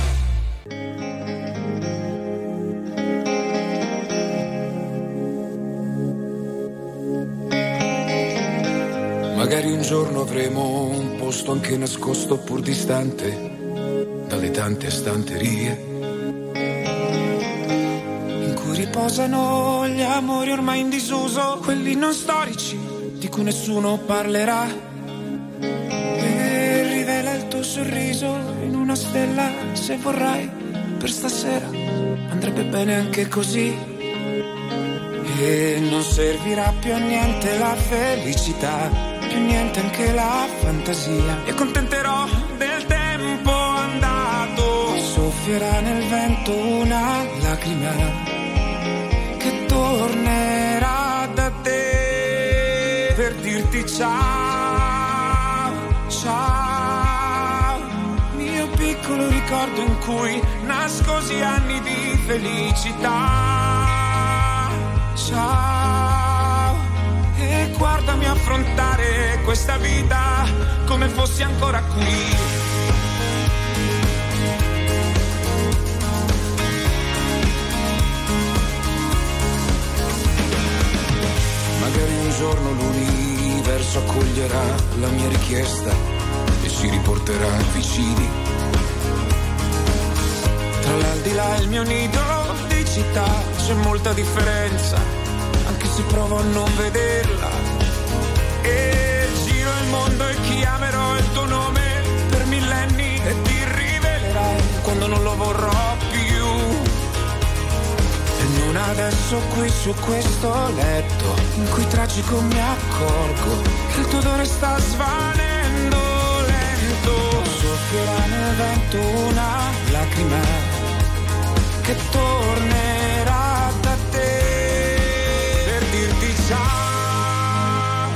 [SPEAKER 11] Magari un giorno avremo un posto anche nascosto pur distante dalle tante stanterie in cui riposano gli amori ormai in disuso, quelli non storici di cui nessuno parlerà, e rivela il tuo sorriso in una stella se vorrai per stasera, andrebbe bene anche così. E non servirà più a niente la felicità, più niente anche la fantasia. E accontenterò del tempo andato, soffierà nel vento una lacrima che tornerà da te per dirti ciao, ciao. Mio piccolo ricordo in cui nascosi anni di felicità. Ciao, e guardami affrontare questa vita come fossi ancora qui. Magari un giorno l'universo accoglierà la mia richiesta e ci riporterà vicini. Tra l'aldilà e il mio nido di città c'è molta differenza, anche se provo a non vederla. E giro il mondo e chiamerò il tuo nome per millenni e ti rivelerai quando non lo vorrò più. E non adesso qui su questo letto in cui tragico mi accorgo che il tuo odore sta svanendo lento. Soffierà nel vento una lacrima che tornerà da te per dirti ciao,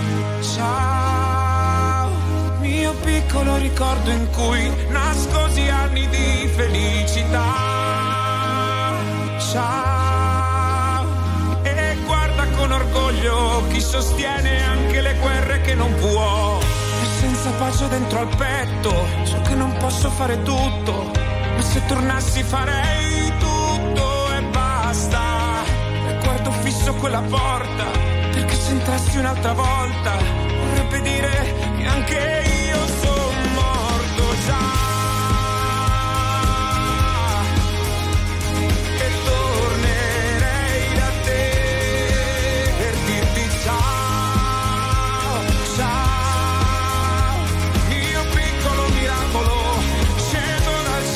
[SPEAKER 11] ciao. Mio piccolo ricordo in cui nascosi anni di felicità. Ciao. E guarda con orgoglio chi sostiene anche le guerre che non può. E senza pace dentro al petto so che non posso fare tutto, ma se tornassi farei tutto e basta. E guardo fisso quella porta, perché se entrassi un'altra volta vorrebbe dire che anche io sono morto già. E tornerei da te per dirti ciao, ciao. Mio piccolo miracolo, scendo dal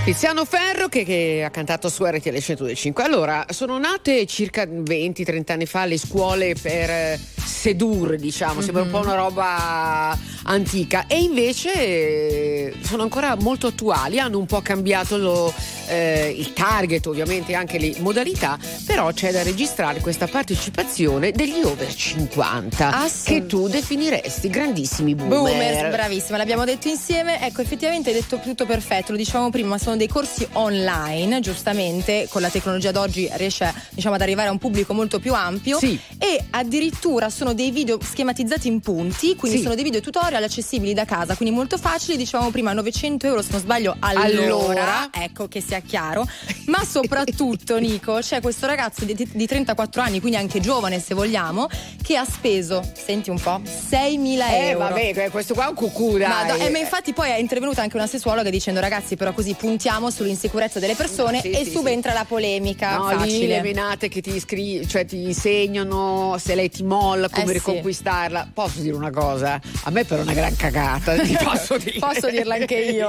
[SPEAKER 1] Tiziano Ferro che, che ha cantato su R T L centodue e cinque. Allora, sono nate circa venti trenta anni fa le scuole per eh, sedurre, diciamo, sembra mm-hmm. un po' una roba antica, e invece eh, sono ancora molto attuali, hanno un po' cambiato lo, eh, il target, ovviamente anche le modalità, però c'è da registrare questa partecipazione degli over cinquanta, ah, sì. che tu definiresti grandissimi boomer.
[SPEAKER 2] Boomers, bravissima, l'abbiamo detto insieme. Ecco, effettivamente hai detto tutto perfetto, lo dicevamo prima, ma sono dei corsi online, giustamente con la tecnologia d'oggi riesce, diciamo, ad arrivare a un pubblico molto più ampio, sì. e addirittura sono dei video schematizzati in punti, quindi sì. sono dei video tutorial accessibili da casa, quindi molto facili, dicevamo prima novecento euro se non sbaglio all'ora, allora. Ecco, che sia chiaro, ma soprattutto Nico c'è questo ragazzo di, di trentaquattro anni, quindi anche giovane se vogliamo, che ha speso, senti un po', seimila
[SPEAKER 1] eh,
[SPEAKER 2] euro.
[SPEAKER 1] Vabbè, questo qua è un cucù, dai.
[SPEAKER 2] Ma, eh, ma infatti poi è intervenuta anche una sessuologa dicendo: ragazzi, però così puntiamo sull'insicurezza delle persone, sì, e sì, subentra sì. la polemica.
[SPEAKER 1] No,
[SPEAKER 2] facile.
[SPEAKER 1] Lì le menate che ti iscri- cioè ti insegnano se lei ti molla, come
[SPEAKER 2] eh,
[SPEAKER 1] riconquistarla. Sì. Posso dire una cosa? A me però è una gran cagata, ti posso dire.
[SPEAKER 2] Posso dirla anche io.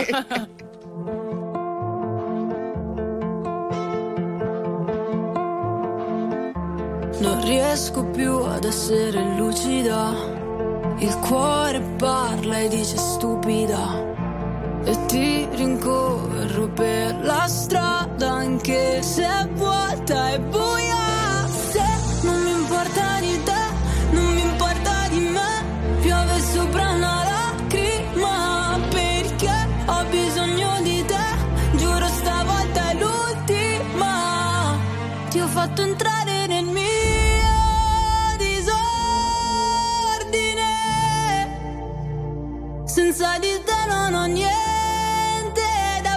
[SPEAKER 9] Non riesco più ad essere lucida, il cuore parla e dice stupida, e ti rincorro per la strada anche se è vuota e buia. Se non mi importa di te, non mi importa di me, piove sopra una lacrima, perché ho bisogno di te, giuro stavolta è l'ultima. Ti ho fatto entrare nel mio senza di te non ho niente da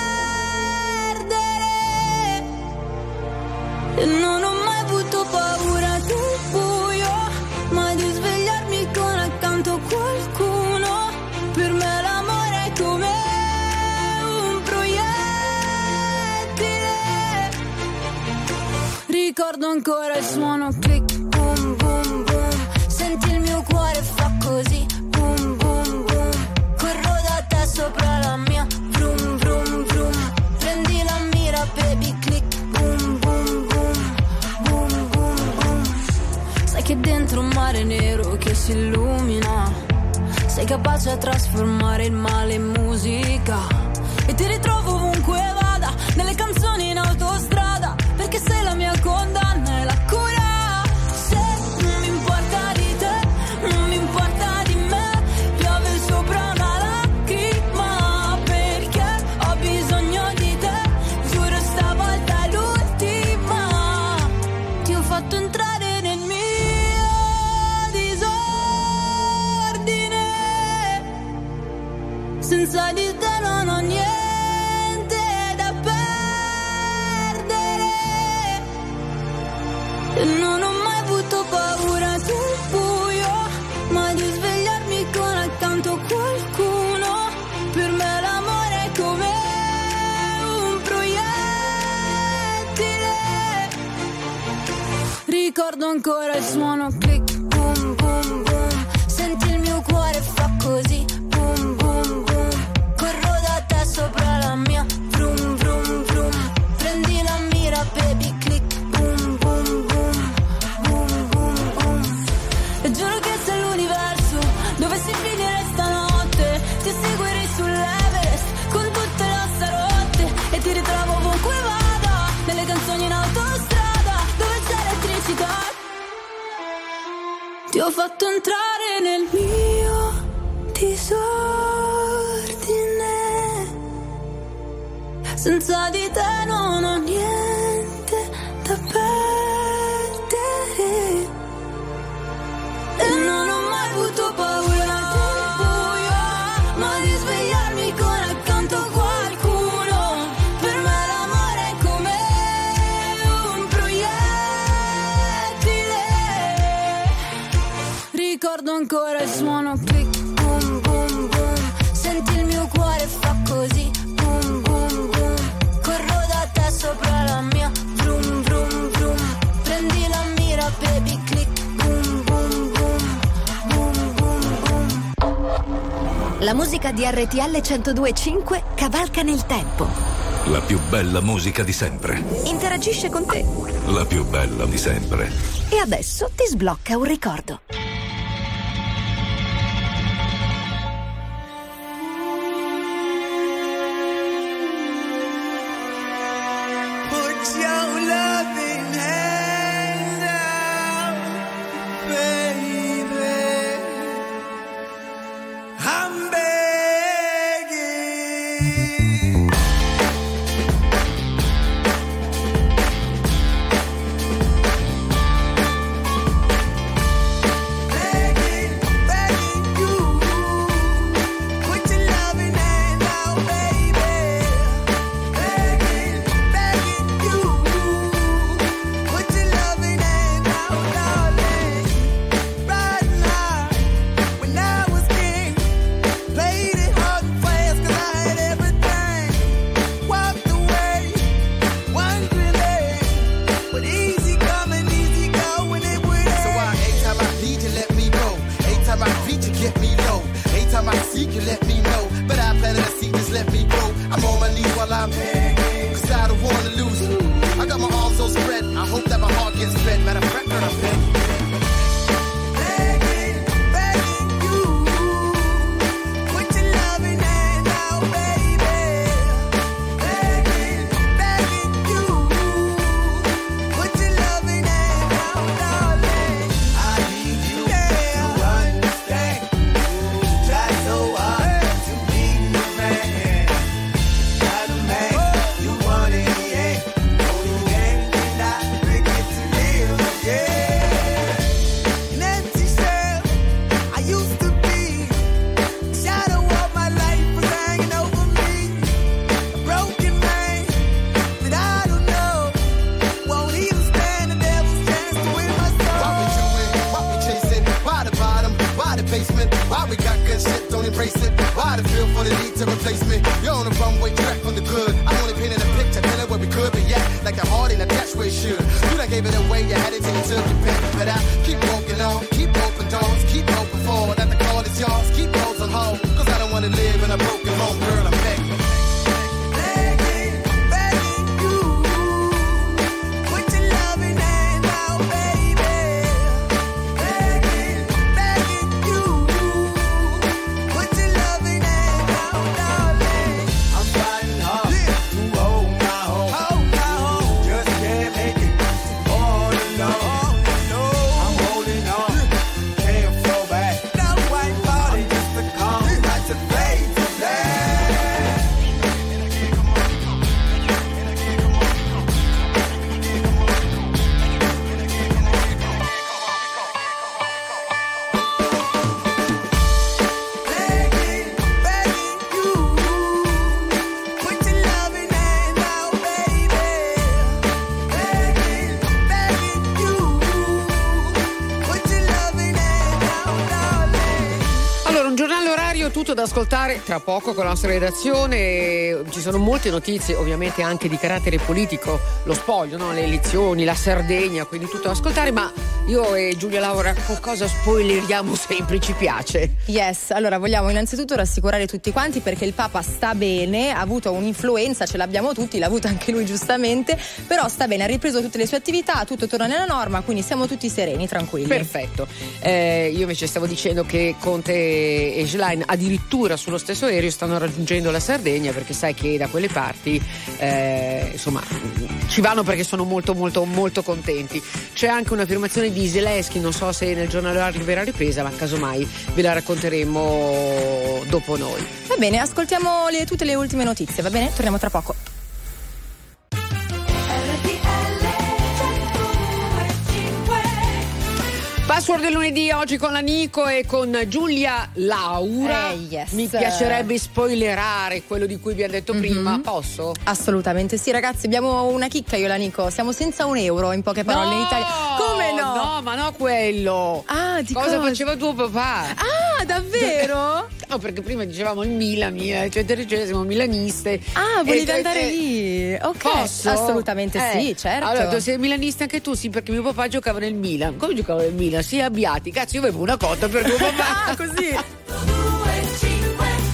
[SPEAKER 9] perdere, e non ho mai avuto paura del buio, ma di svegliarmi con accanto qualcuno. Per me l'amore è come un proiettile. Ricordo ancora il suono click, boom boom boom, senti il mio cuore fa così, sopra la mia, vroom vroom vroom, prendi la mira baby click, boom boom boom, boom boom boom. Sai che dentro un mare nero che si illumina, sei capace a trasformare il male in musica, e ti ritrovo ovunque vada, nelle canzoni in autostrada, perché sei la mia condanna e la cura. Se non mi importa di te, non mi importa di me, piove sopra una entrare nel mio disordine, senza di te non ho niente da perdere, e non ho mai avuto paura del buio, ma di svegliarmi con accanto qualcuno. Per me l'amore è come un proiettile. Ricordo ancora il suono click, boom boom boom, senti il mio cuore fa così, boom boom boom, corro da te sopra la mia, vroom vroom vroom, prendi la mira baby click, boom boom boom, boom boom boom. E giuro che se l'universo dovessi finire stanotte, ti seguirei sull'Everest con tutte le ossa rotte, e ti ritrovo ovunque vada, nelle canzoni in autostrada, dove c'è elettricità. Ti ho fatto entrare nel mio disordine, senza di te non ho niente da perdere, e non ho mai avuto paura del buio, ma di svegliarmi con accanto qualcuno. Per me l'amore è come un proiettile. Ricordo ancora il suono click, boom boom boom, senti il mio cuore fa così, boom boom boom, corro da te sopra la mia, vroom vroom vroom, prendi la mira baby click, boom boom boom, boom boom boom.
[SPEAKER 15] La musica di R T L centodue e cinque cavalca nel tempo.
[SPEAKER 4] La più bella musica di sempre.
[SPEAKER 15] Interagisce con te.
[SPEAKER 4] La più bella di sempre.
[SPEAKER 15] E adesso ti sblocca un ricordo.
[SPEAKER 8] Put your loving hand out, baby. I'm begging. Begging, begging you. Put your loving hand out, baby. Begging, begging you. Put your loving hand out, darling. Right now, when I was king, played it hard and fast 'cause I had everything. Walked away, wondering, but easy coming, easy going, it would end.
[SPEAKER 16] So why every time I need you, let me go. Every time I beat you, get me low. Every time I seek you, let me know. But I planted a seed, just let me go. I'm on my knees while I'm begging, 'cause I don't wanna lose you. I got my arms so spread, I hope that my heart gets fed. Matter of fact, girl, I'm begging.
[SPEAKER 8] Begging, begging you. Put your loving hand out, baby. Begging, begging you. Put your loving hand out, darling. I need you to understand. Try so hard to be the man. Not the man you wanted, yeah. Only man can I bring it to live again. An empty shell I used to be. The shadow of my life was hanging over me. A broken man that I don't know. Won't even stand the devil's chance to win my soul.
[SPEAKER 16] Why we do it? Why we chasing? Why the bottom? Why the basement? Why we got good shit, don't embrace it? Why the feel for the need to replace me? You're on the runway track from the good. I only painted a picture, telling where we could be at. Like the heart in a dash where it should. You done gave it away, you had it till you took your pick. But I keep walking on, keep open doors, keep open forward. That the call is yours, keep those on hold. 'Cause I don't wanna live in a broken home, girl, I'm begging.
[SPEAKER 8] Begging, begging you. Put your loving hand out, baby. Begging, begging you. Put your loving hand out, darling. I'm fighting hard to hold my own. Hold my own. Just can't make it all alone. I'm holding on, can't fall back. No white body, just a calm. Like to fade to black. Begging, begging you. Put your loving hand out, baby. Begging, begging you. Put your loving hand out, darling.
[SPEAKER 1] Allora, un giornale orario tutto da ascoltare tra poco con la nostra redazione. Ci sono molte notizie, ovviamente anche di carattere politico, lo spoglio, no? Le elezioni, la Sardegna, quindi tutto da ascoltare, ma io e Giulia Laura qualcosa spoileriamo sempre, ci piace.
[SPEAKER 2] Yes, allora vogliamo innanzitutto rassicurare tutti quanti perché il Papa sta bene, ha avuto un'influenza, ce l'abbiamo tutti, l'ha avuta anche lui giustamente, però sta bene, ha ripreso tutte le sue attività, tutto torna nella norma, quindi siamo tutti sereni, tranquilli.
[SPEAKER 1] Perfetto. Eh, io invece stavo dicendo che Conte e Schlein addirittura sullo stesso aereo stanno raggiungendo la Sardegna, perché sai che da quelle parti eh, insomma ci vanno perché sono molto molto molto contenti. C'è anche un'affermazione di Zelensky, non so se nel giornale orario verrà ripresa, ma casomai ve la racconteremo dopo noi.
[SPEAKER 2] Va bene, ascoltiamo le, tutte le ultime notizie, va bene? Torniamo tra poco.
[SPEAKER 1] Password del lunedì oggi con la Nico e con Giulia Laura.
[SPEAKER 2] Eh, yes.
[SPEAKER 1] Mi piacerebbe spoilerare quello di cui abbiamo detto mm-hmm. prima, posso?
[SPEAKER 2] Assolutamente sì, ragazzi, abbiamo una chicca io e la Nico, siamo senza un euro in poche parole
[SPEAKER 1] no,
[SPEAKER 2] in Italia. Come no?
[SPEAKER 1] No, ma no quello.
[SPEAKER 2] Ah, di
[SPEAKER 1] cosa,
[SPEAKER 2] cosa
[SPEAKER 1] faceva tuo papà?
[SPEAKER 2] Ah, davvero?
[SPEAKER 1] No, perché prima dicevamo il Milan, eccetera, eccetera, siamo milaniste.
[SPEAKER 2] Ah, volevi
[SPEAKER 1] e,
[SPEAKER 2] andare
[SPEAKER 1] e,
[SPEAKER 2] lì? Ok,
[SPEAKER 1] posso?
[SPEAKER 2] Assolutamente
[SPEAKER 1] eh.
[SPEAKER 2] sì, certo.
[SPEAKER 1] Allora, tu sei milanista anche tu? Sì, perché mio papà giocava nel Milan. Come giocava nel Milan? Sì, Abbiati. Cazzo, io avevo una cotta per tuo papà.
[SPEAKER 2] Ah, così.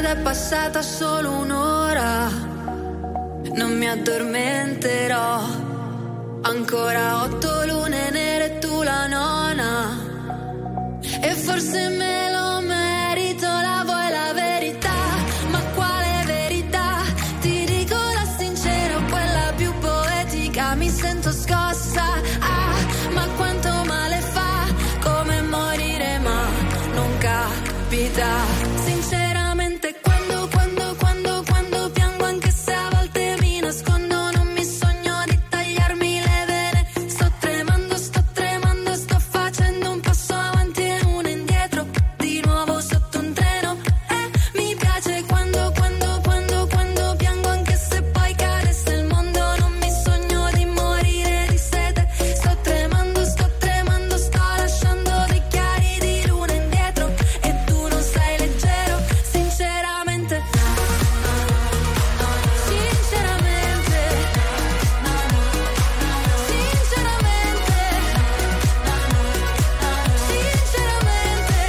[SPEAKER 9] ed è passata solo un'ora. Non mi addormenterò. Ancora otto lune nere e tu la nona. E forse me lo merito, la vuoi la verità? Ma quale verità? Ti dico la sincera, quella più poetica. Mi sento scossa, ah, ma quanto male fa. Come morire ma non capita. Sinceramente quando, quando, quando, quando piango, anche se a volte mi nascondo, non mi sogno di tagliarmi le vene. Sto tremando, sto tremando, sto facendo un passo avanti e uno indietro, di nuovo sotto un treno. E mi piace quando, quando, quando, quando piango, anche se poi cadesse il mondo, non mi sogno di morire di sete. Sto tremando, sto tremando, sto lasciando dei chiari di luna indietro e tu non sei leggero. Sinceramente, sinceramente, sinceramente, sinceramente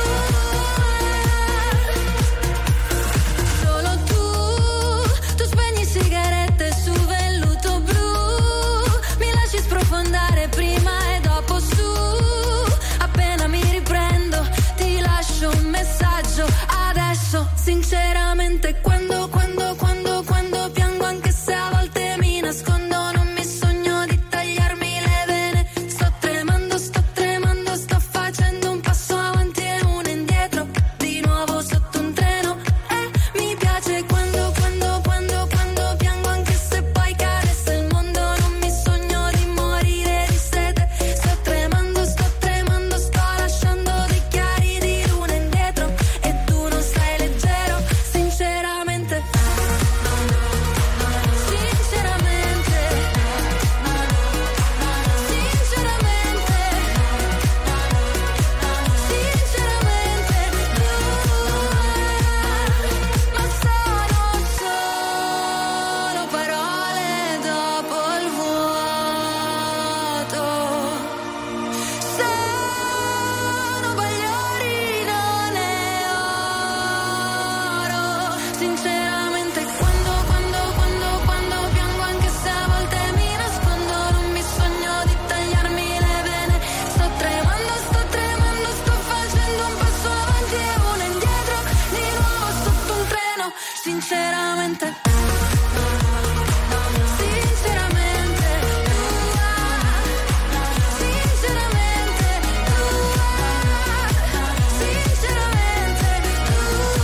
[SPEAKER 9] tu, solo tu, tu spegni sigarette su velluto blu, mi lasci sprofondare prima e dopo su, appena mi riprendo ti lascio un messaggio adesso. Sinceramente quando, quando, quando, quando piango, anche se a volte mi nascondo, non mi sogno di tagliarmi le vene. Sto tremando, sto tremando, sto facendo un passo avanti e uno indietro, di nuovo sotto un treno. E mi piace quando, quando, quando, quando piango, anche se poi cadesse il mondo, non mi sogno di morire di sete. Sto tremando, sto tremando, sto lasciando dei chiari di luna indietro e tu non sei leggero. Sinceramente, sinceramente, sinceramente, sinceramente tu, ma sono solo parole dopo il vuoto. Sono bagliori, non è oro. Sinceramente quando, quando, quando, quando piango, anche se a volte mi nascondo, non mi sogno di tagliarmi le vene. Sto tremando, sto tremando, sto facendo un passo avanti e uno indietro, di nuovo sotto un treno. Sinceramente, sinceramente tu, sinceramente tu, sinceramente tu.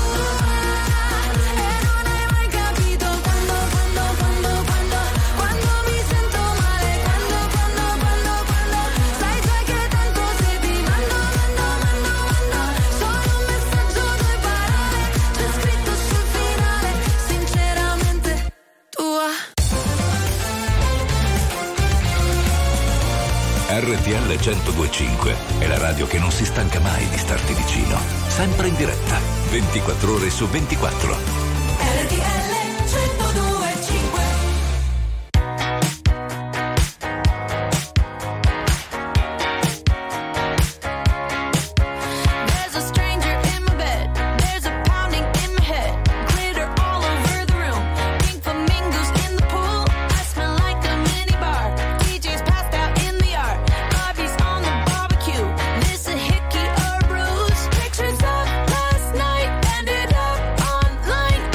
[SPEAKER 9] E non hai mai capito quando, quando, quando, quando, quando mi sento male, quando, quando, quando, quando, sai già che tanto se ti mando, mando, mando, mando, solo un messaggio, due parole, c'è scritto sul finale. Sinceramente tua.
[SPEAKER 4] R T L centodue e cinque è la radio che non si stanca mai di starti vicino, sempre in diretta, ventiquattro ore su ventiquattro.
[SPEAKER 12] R T L centodue e cinque.
[SPEAKER 9] There's a stranger in my bed. There's a pounding in my head. Glitter all over the room. Pink flamingos in the pool. I smell like a mini bar. D J's passed out in the yard. Bobby's on the barbecue. This a hickey or a bruise. Pictures of last night ended up online.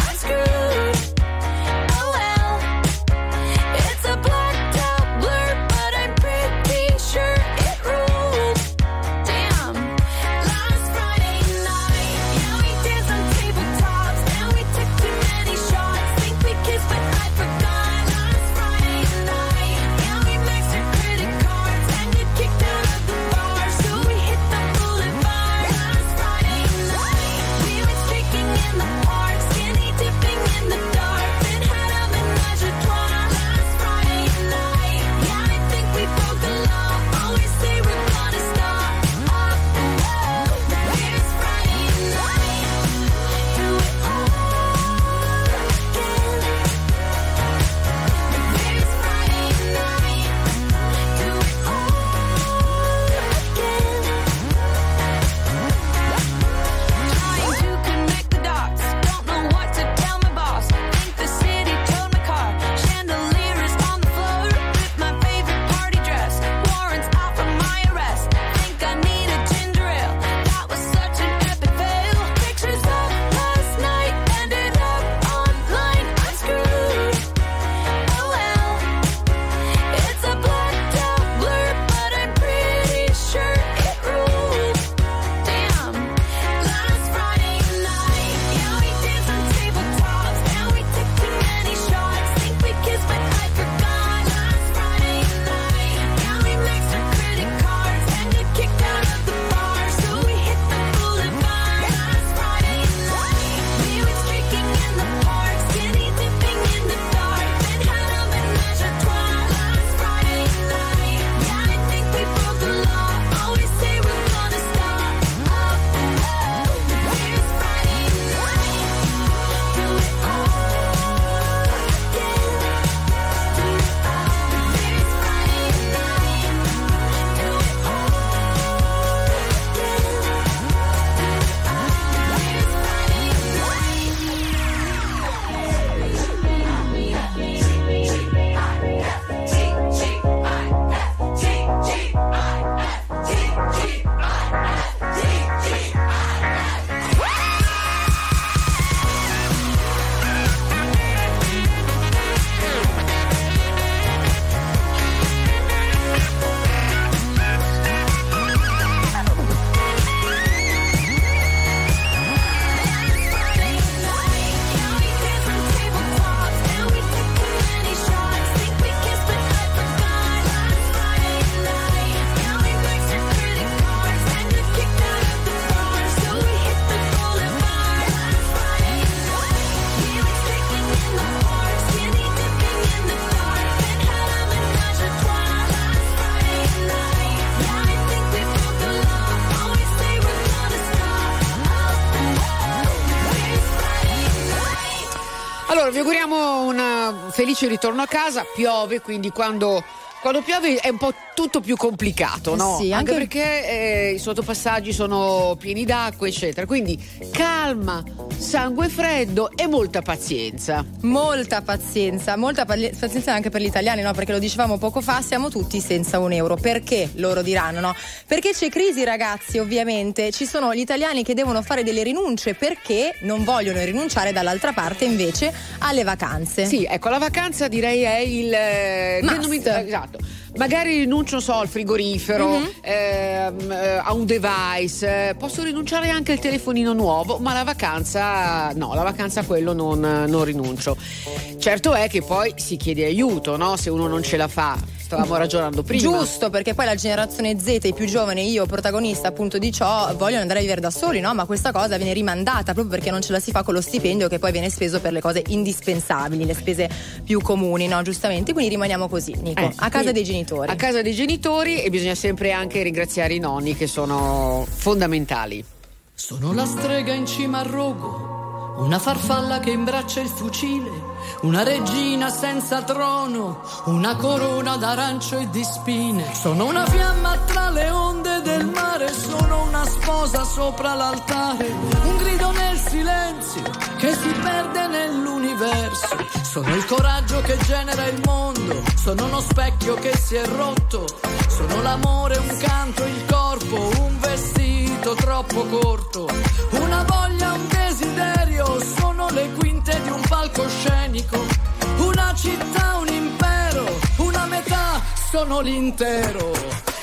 [SPEAKER 1] vi auguriamo un felice ritorno a casa. Piove, quindi quando Quando piove è un po' tutto più complicato, no?
[SPEAKER 2] Sì,
[SPEAKER 1] anche,
[SPEAKER 2] anche
[SPEAKER 1] perché eh, i sottopassaggi sono pieni d'acqua, eccetera. Quindi calma, sangue freddo e molta pazienza.
[SPEAKER 2] Molta pazienza, molta pazienza anche per gli italiani, no? Perché lo dicevamo poco fa, siamo tutti senza un euro. Perché? Loro diranno, no? Perché c'è crisi, ragazzi, ovviamente. Ci sono gli italiani che devono fare delle rinunce perché non vogliono rinunciare dall'altra parte invece alle vacanze.
[SPEAKER 1] Sì, ecco, la vacanza direi è il eh,
[SPEAKER 2] Must.
[SPEAKER 1] Esatto. Magari rinuncio, so, al frigorifero,
[SPEAKER 2] Mm-hmm.
[SPEAKER 1] ehm, eh, a un device, eh, posso rinunciare anche al telefonino nuovo, ma la vacanza no, la vacanza a quello non, non rinuncio. Certo è che poi si chiede aiuto, no? Se uno non ce la fa. Stavamo ragionando prima.
[SPEAKER 2] Giusto, perché poi la generazione Z, i più giovani, io protagonista appunto di ciò, vogliono andare a vivere da soli, no? Ma questa cosa viene rimandata proprio perché non ce la si fa con lo stipendio che poi viene speso per le cose indispensabili, le spese più comuni, no? Giustamente, quindi rimaniamo così, Nico,
[SPEAKER 1] Eh,
[SPEAKER 2] a casa dei genitori.
[SPEAKER 1] A casa dei genitori, e bisogna sempre anche ringraziare i nonni che sono fondamentali.
[SPEAKER 17] Sono la strega in cima al rogo, una farfalla che imbraccia il fucile, una regina senza trono, una corona d'arancio e di spine. Sono una fiamma tra le onde del mare, sono una sposa sopra l'altare, un grido nel silenzio che si perde nell'universo. Sono il coraggio che genera il mondo, sono uno specchio che si è rotto, sono l'amore, un canto, il corpo, un vestito troppo corto, una voglia, un desiderio, sono le quinte di un palcoscenico, una città, un impero, una metà, sono l'intero.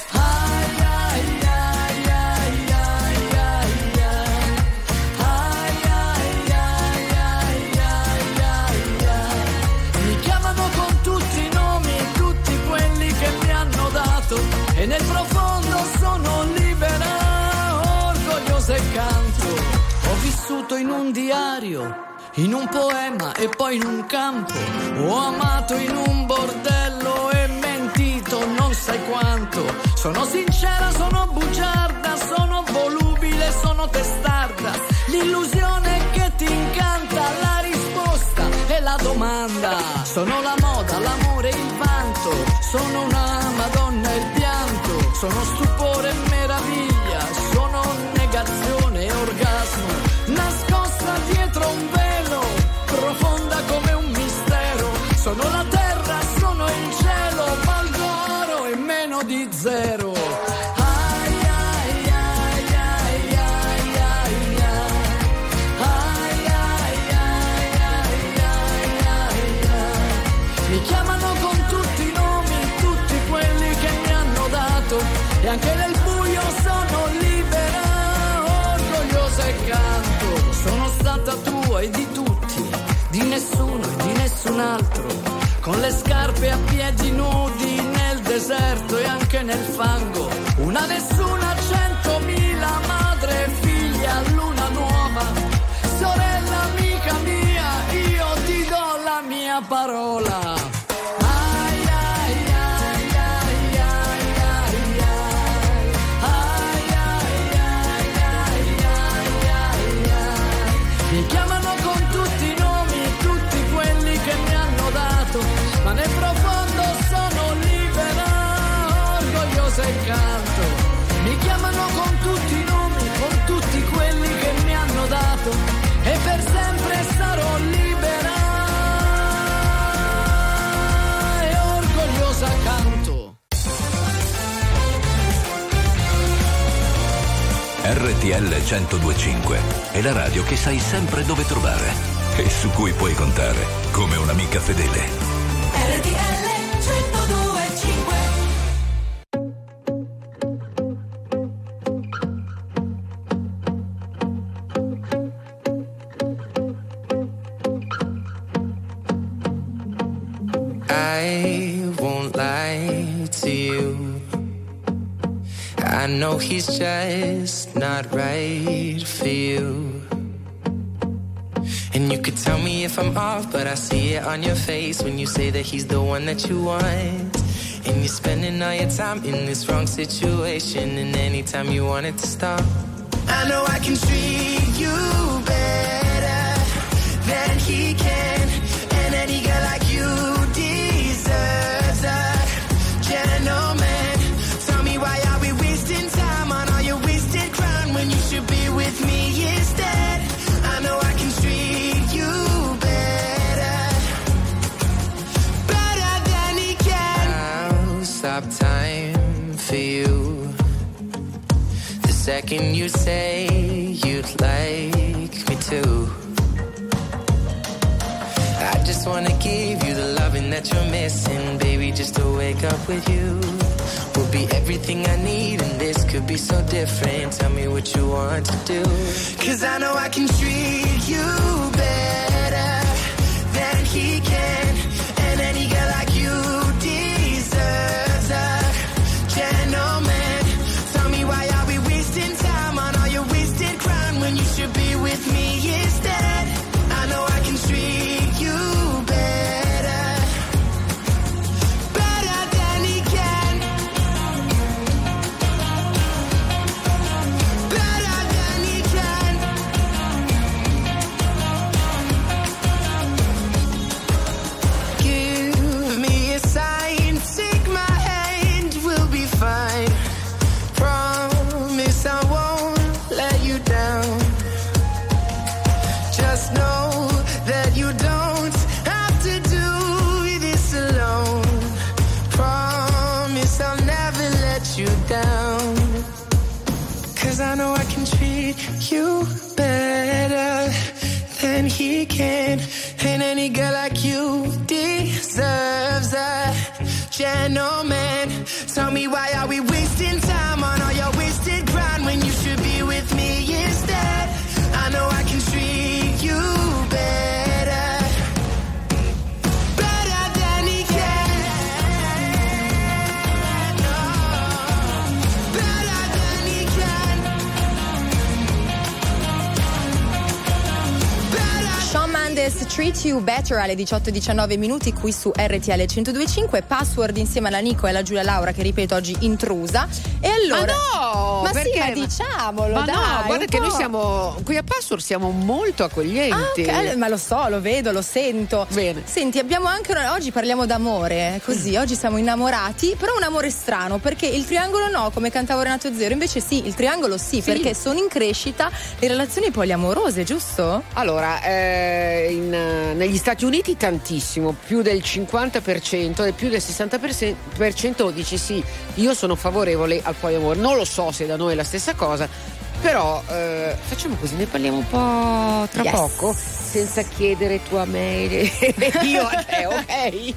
[SPEAKER 17] Ai, ai, ai, ai, ai, ai, ai. Ai, ai, ai, ai, ai, ai, ai. Mi chiamano con tutti i nomi, tutti quelli che mi hanno dato, e nel profondo sono libera, orgogliosa e canto. Ho vissuto in un diario, in un poema e poi in un campo, ho amato in un bordello e mentito non sai quanto. Sono sincera, sono bugiarda, sono volubile, sono testarda, l'illusione che ti incanta, la risposta e la domanda. Sono la moda, l'amore, il vanto, sono una madonna e il pianto, sono stupore e meraviglia, sono negazione e orgasmo, nascosta dietro un velo, profonda come un mistero. Sono la terra, sono il cielo, valgo oro e meno di zero. Ai, ai, ai, ai, ai, ai, ai. Ai, ai, ai, ai, ai, ai, ai. Mi chiamano con tutti i nomi, tutti quelli che mi hanno dato, e anche nel buio sono libera, orgogliosa e canto. Sono stata tua e di tutti, di nessuno e di nessun altro, con le scarpe a piedi nudi nel deserto e anche nel fango, una nessuna, centomila, madre, figlia, luna nuova, sorella, amica mia, io ti do la mia parola. Ai, ai, ai, ai, ai, ai, ai. Ai, ai, ai, ai, ai, ai, ai. Mi chiamano con tutti i nomi, tutti quelli che mi hanno dato, ma nel profondo sono libera, orgogliosa e canto. Mi chiamano con tutti i nomi, con tutti quelli che mi hanno dato, e per sempre sarò libera e orgogliosa canto.
[SPEAKER 4] R T L centodue e cinque è la radio che sai sempre dove trovare e su cui puoi contare come un'amica fedele.
[SPEAKER 12] R T L centodue e cinque.
[SPEAKER 18] I won't lie to you. I know he's just not right for you. And you could tell me if I'm off, but I see it on your face when you say that he's the one that you want. And you're spending all your time in this wrong situation, and anytime you want it to stop. I know I can treat you better than he can. gentleman. Tell me why are we wasting time on all your wasted crown when you should be with me instead. I know I can treat you better, better than he can.
[SPEAKER 11] I'll stop time for you the second you say you'd like me to. I just wanna give you the loving that you're missing, baby, just to wake up with you will be everything I need, and this could be so different. Tell me what you want to do,
[SPEAKER 18] 'cause I know I can treat you better than he can, and any girl like you deserves a gentleman. Tell me why are we wasting time on all your wasted crown when you should be with me instead. I know I can treat you better, better than he can, better than he can. Give me a sign, take my hand, we'll be fine. Promise I won't let you down. Just know that you don't have to do this alone. Promise I'll never let you down. 'Cause I know I can treat you better than he can, and any girl like you deserves a gentleman. Tell me why are we wasting time on all your wasted grind when you should be with me instead. I know I can treat you better, better than he can. No, better than he can.
[SPEAKER 2] Shawn Mendes, Treat You Better, alle diciotto e diciannove minuti qui su R T L centodue e cinque. Password insieme alla Nico e alla Giulia Laura, che ripeto oggi intrusa. E allora,
[SPEAKER 1] ma no,
[SPEAKER 2] ma
[SPEAKER 1] perché?
[SPEAKER 2] sì, ma diciamolo,
[SPEAKER 1] ma
[SPEAKER 2] dai,
[SPEAKER 1] no, guarda
[SPEAKER 2] un
[SPEAKER 1] che
[SPEAKER 2] po'.
[SPEAKER 1] noi siamo qui a Password, siamo molto accoglienti.
[SPEAKER 2] Ah, ok, ma lo so, lo vedo, lo sento.
[SPEAKER 1] Bene.
[SPEAKER 2] Senti, abbiamo anche una, oggi parliamo d'amore, così, oggi siamo innamorati, però un amore strano, perché il triangolo no, come cantava Renato Zero, invece sì, il triangolo sì,
[SPEAKER 1] Sì.
[SPEAKER 2] perché sono in crescita le relazioni poliamorose, giusto?
[SPEAKER 1] Allora, eh, in, eh, negli Stati Uniti tantissimo, più del cinquanta per cento e più del sessanta per cento dici sì, io sono favorevole al poliamore. Non lo so se da noi è la stessa cosa, però eh, facciamo così, ne parliamo un po' tra
[SPEAKER 2] Yes.
[SPEAKER 1] poco, senza chiedere tu a me e io a te, ok?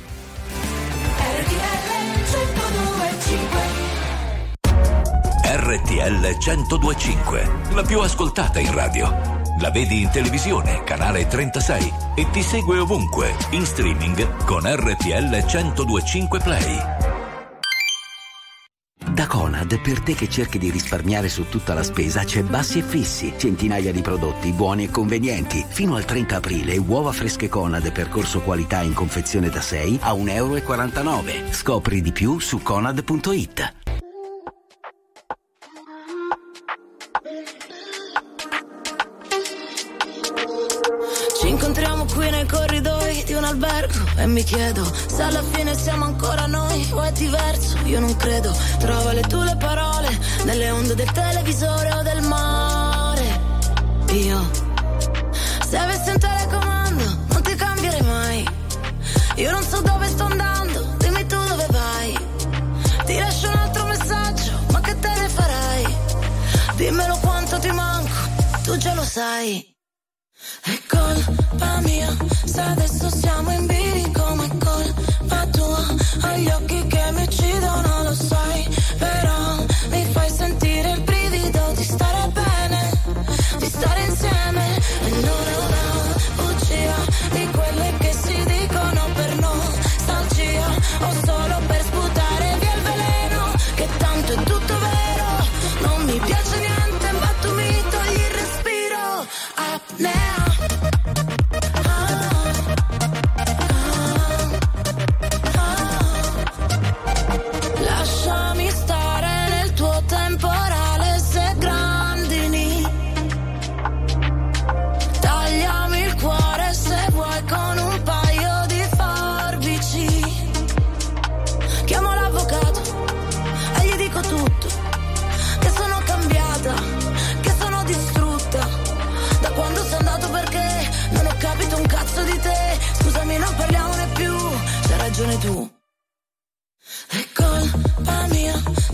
[SPEAKER 4] R T L centodue e cinque, la più ascoltata in radio. La vedi in televisione, canale trentasei, e ti segue ovunque, in streaming con R T L centodue e cinque Play.
[SPEAKER 19] Da Conad, per te che cerchi di risparmiare su tutta la spesa, c'è Bassi e Fissi, centinaia di prodotti buoni e convenienti. Fino al trenta aprile, uova fresche Conad per corso qualità in confezione da sei a un euro e quarantanove. Scopri di più su conad punto it.
[SPEAKER 9] Ci incontriamo qui nei corridoi di un albergo e mi chiedo se alla fine siamo ancora noi o è diverso. Io non credo, trova le tue parole nelle onde del televisore o del mare. Io, se avessi un telecomando, non ti cambierei mai. Io non so dove sto andando, dimmi tu dove vai. Ti lascio un altro messaggio, ma che te ne farai? Dimmelo quanto ti manco, tu già lo sai. È colpa mia, se adesso siamo in bilico, ma è colpa tua. Hai gli occhi che mi uccidono, lo sai, però mi fai sentire il brivido di stare bene, di stare insieme. E non è una bugia di quelle che si dicono per nostalgia, o solo per sputare via il veleno, che tanto è tutto vero. Non mi piace niente, ma tu mi togli il respiro. Apnea.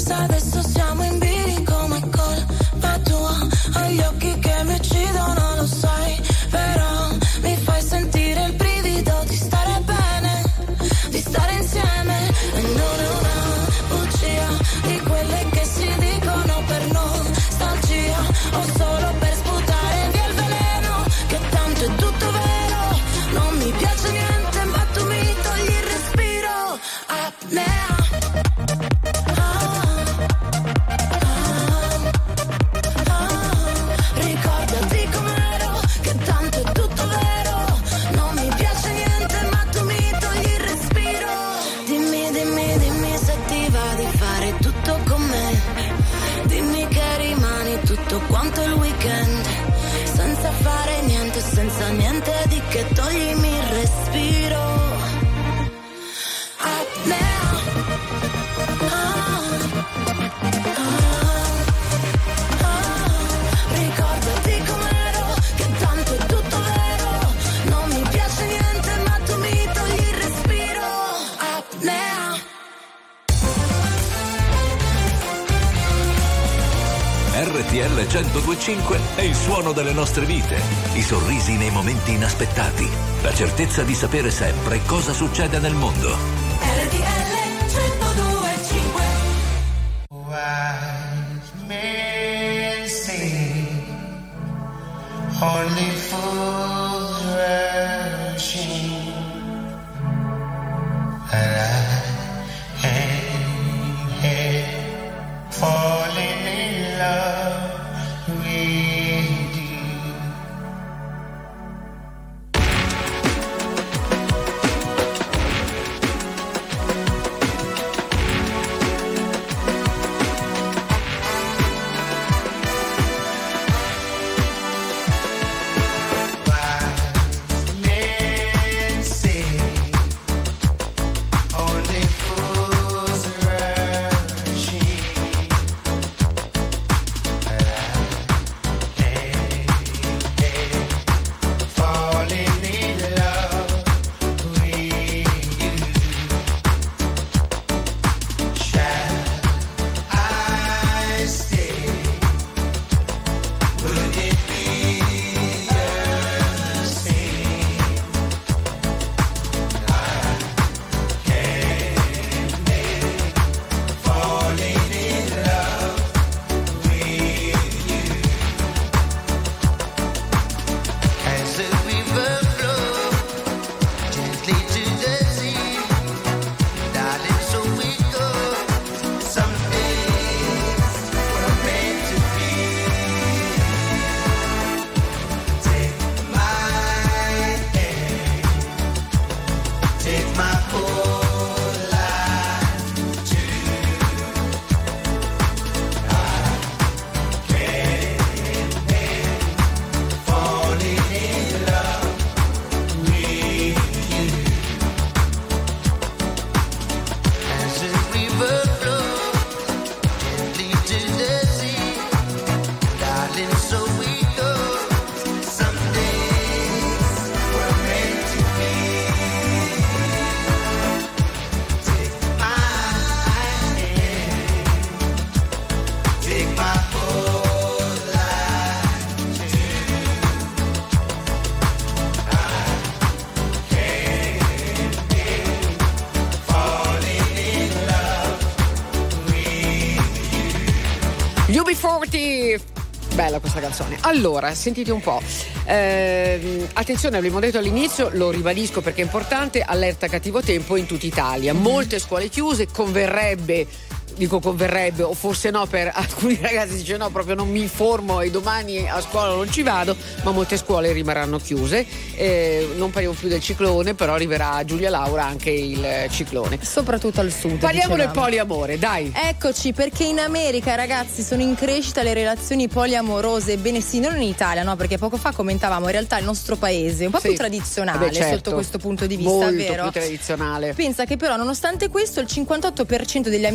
[SPEAKER 9] Forse adesso siamo in bilico, ma è colpa tua. Ho gli occhi che mi uccidono, lo sai. Però mi fai sentire il brivido di stare bene, di stare insieme. E non è una bugia di quelle che si dicono per nostalgia, o solo per sputare via il veleno, che tanto è tutto vero. Non mi piace niente, ma tu mi togli il respiro. Apnea. Ricordati com'ero, che tanto è tutto vero. Non mi piace niente, ma tu mi togli il respiro. Dimmi, dimmi, dimmi se ti va di fare tutto con me. Dimmi che rimani tutto quanto il weekend, senza fare niente, senza niente di che toglimi il respiro. Apnea. Ah, ah, ah. Ricordati com'ero, che tanto è tutto vero. Non mi piace niente, ma tu mi togli il respiro. Apnea.
[SPEAKER 4] R T L centodue e cinque è il suono delle nostre vite, i sorrisi nei momenti inaspettati, la certezza di sapere sempre cosa succede nel mondo.
[SPEAKER 12] R T L centodue e cinque.
[SPEAKER 5] Wise men say only fools rushing, and I am here falling in love with you. Men say only fools rushing, falling in love with you. Shall I stay? Would it be the same? I can't make falling in love with you. As the river flows gently to the sea, darling, so we go. Some days we're meant to be. Take my hand, take my whole life too. I can't make falling in love with you. As the river flows gently to the sea, darling, so we go. Some days we're meant to be. Take my hand, take my whole life too. I can't make falling in love with you.
[SPEAKER 1] U B quaranta. Bella questa canzone. Allora, sentite un po'. Eh, attenzione, abbiamo detto all'inizio, lo ribadisco perché è importante, allerta cattivo tempo in tutta Italia. Molte scuole chiuse, converrebbe, dico converrebbe, o forse no, per alcuni ragazzi dice no, proprio non mi informo e domani a scuola non ci vado, ma molte scuole rimarranno chiuse. Eh, non parliamo più del ciclone, però arriverà a Giulia Laura anche il ciclone.
[SPEAKER 2] Soprattutto al sud.
[SPEAKER 1] Parliamo del
[SPEAKER 2] dicevamo.
[SPEAKER 1] poliamore, dai.
[SPEAKER 2] Eccoci, perché in America, ragazzi, sono in crescita le relazioni poliamorose. Ebbene sì, non in Italia, no? Perché poco fa commentavamo in realtà il nostro paese un po'
[SPEAKER 1] Sì.
[SPEAKER 2] più tradizionale.
[SPEAKER 1] Eh beh, certo.
[SPEAKER 2] Sotto questo punto di vista,
[SPEAKER 1] Molto
[SPEAKER 2] vero?
[SPEAKER 1] più tradizionale.
[SPEAKER 2] Pensa che però nonostante questo il cinquantotto per cento degli americani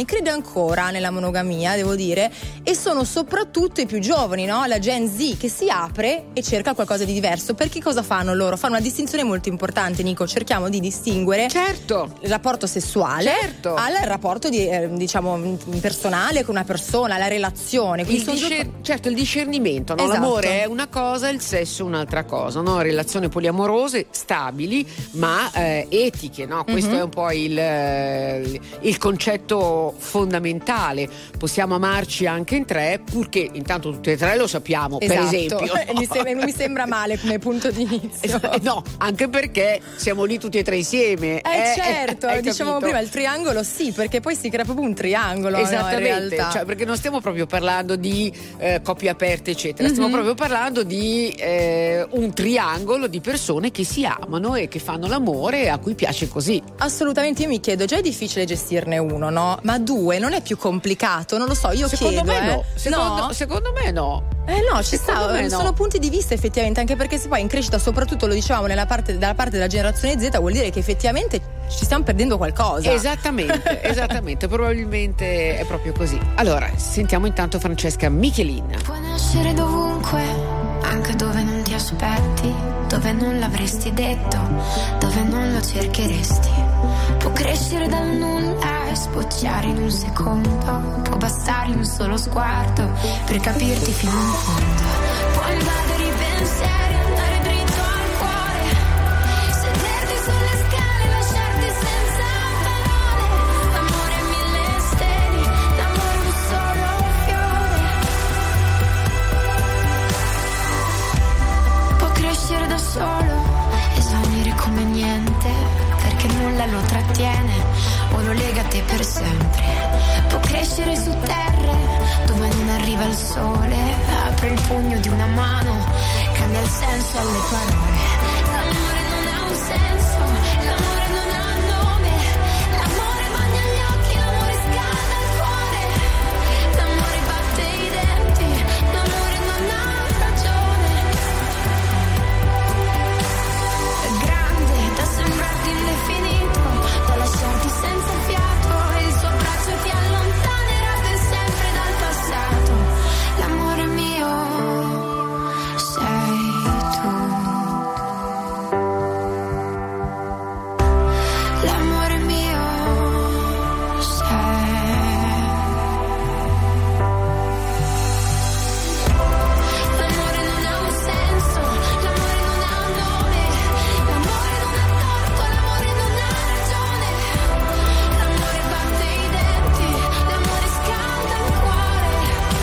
[SPEAKER 2] giovani crede ancora nella monogamia, devo dire, e sono soprattutto i più giovani, no? La Gen Z, che si apre e cerca qualcosa di diverso. Perché cosa fanno loro? Fanno una distinzione molto importante, Nico. Cerchiamo di distinguere
[SPEAKER 1] certo
[SPEAKER 2] il rapporto sessuale
[SPEAKER 1] certo.
[SPEAKER 2] al rapporto di, eh, diciamo personale con una persona, la relazione.
[SPEAKER 1] Il
[SPEAKER 2] Quindi sono
[SPEAKER 1] discer-
[SPEAKER 2] gio-
[SPEAKER 1] certo, il discernimento, no?
[SPEAKER 2] Esatto.
[SPEAKER 1] L'amore è una cosa, il sesso un'altra cosa, no? Relazioni poliamorose stabili ma eh, etiche, no? Questo
[SPEAKER 2] Mhm.
[SPEAKER 1] è un po' il, eh, il concetto fondamentale. Possiamo amarci anche in tre, purché intanto tutti e tre lo sappiamo,
[SPEAKER 2] Esatto.
[SPEAKER 1] per esempio.
[SPEAKER 2] mi, sembra, non mi sembra male come punto di inizio.
[SPEAKER 1] Eh, no, anche perché siamo lì tutti e tre insieme.
[SPEAKER 2] Eh, certo,
[SPEAKER 1] hai
[SPEAKER 2] dicevamo
[SPEAKER 1] capito?
[SPEAKER 2] prima il triangolo, sì, perché poi si crea proprio un triangolo.
[SPEAKER 1] Esattamente,
[SPEAKER 2] no, in realtà.
[SPEAKER 1] cioè, perché non stiamo proprio parlando di eh, coppie aperte eccetera, stiamo
[SPEAKER 2] Mhm.
[SPEAKER 1] proprio parlando di eh, un triangolo di persone che si amano e che fanno l'amore e a cui piace così.
[SPEAKER 2] Assolutamente, io mi chiedo, già è difficile gestirne uno, no? Ma due non è più complicato? Non lo so, io
[SPEAKER 1] Secondo
[SPEAKER 2] chiedo.
[SPEAKER 1] me
[SPEAKER 2] eh.
[SPEAKER 1] no. Secondo,
[SPEAKER 2] no?
[SPEAKER 1] secondo me no.
[SPEAKER 2] Eh no, ci
[SPEAKER 1] Secondo
[SPEAKER 2] sta,
[SPEAKER 1] me no.
[SPEAKER 2] sono punti di vista effettivamente, anche perché se poi in crescita, soprattutto lo dicevamo nella parte, dalla parte della generazione Z, vuol dire che effettivamente ci stiamo perdendo qualcosa.
[SPEAKER 1] Esattamente, esattamente, probabilmente è proprio così. Allora, sentiamo intanto Francesca Michelin.
[SPEAKER 9] Puoi nascere dovunque, anche dove non ti aspetti, dove non l'avresti detto, dove non lo cercheresti. Può crescere dal nulla e sbocciare in un secondo, può bastare un solo sguardo per capirti fino in fondo. Può invadere i pensieri, andare dritto al cuore, sederti sulle scale, lasciarti senza parole. L'amore è mille steli, l'amore è un solo fiore. Può crescere da solo e svanire come niente, perché nulla lo trattiene o lo lega a te per sempre. Può crescere su terre dove non arriva il sole, apre il pugno di una mano, cambia il senso alle parole. L'amore non ha un senso, l'amore non ha nome, l'amore bagna gli occhi, l'amore scalda il cuore, l'amore batte i denti, l'amore non ha ragione. È grande da sembrarti indefinito, da lasciarti senza fiato, e il suo braccio ti allontanerà per sempre dal passato. L'amore mio sei tu. L'amore mio sei. L'amore non ha un senso, l'amore non ha un nome, l'amore non ha torto, l'amore non ha ragione, l'amore batte i denti, l'amore scalda il cuore.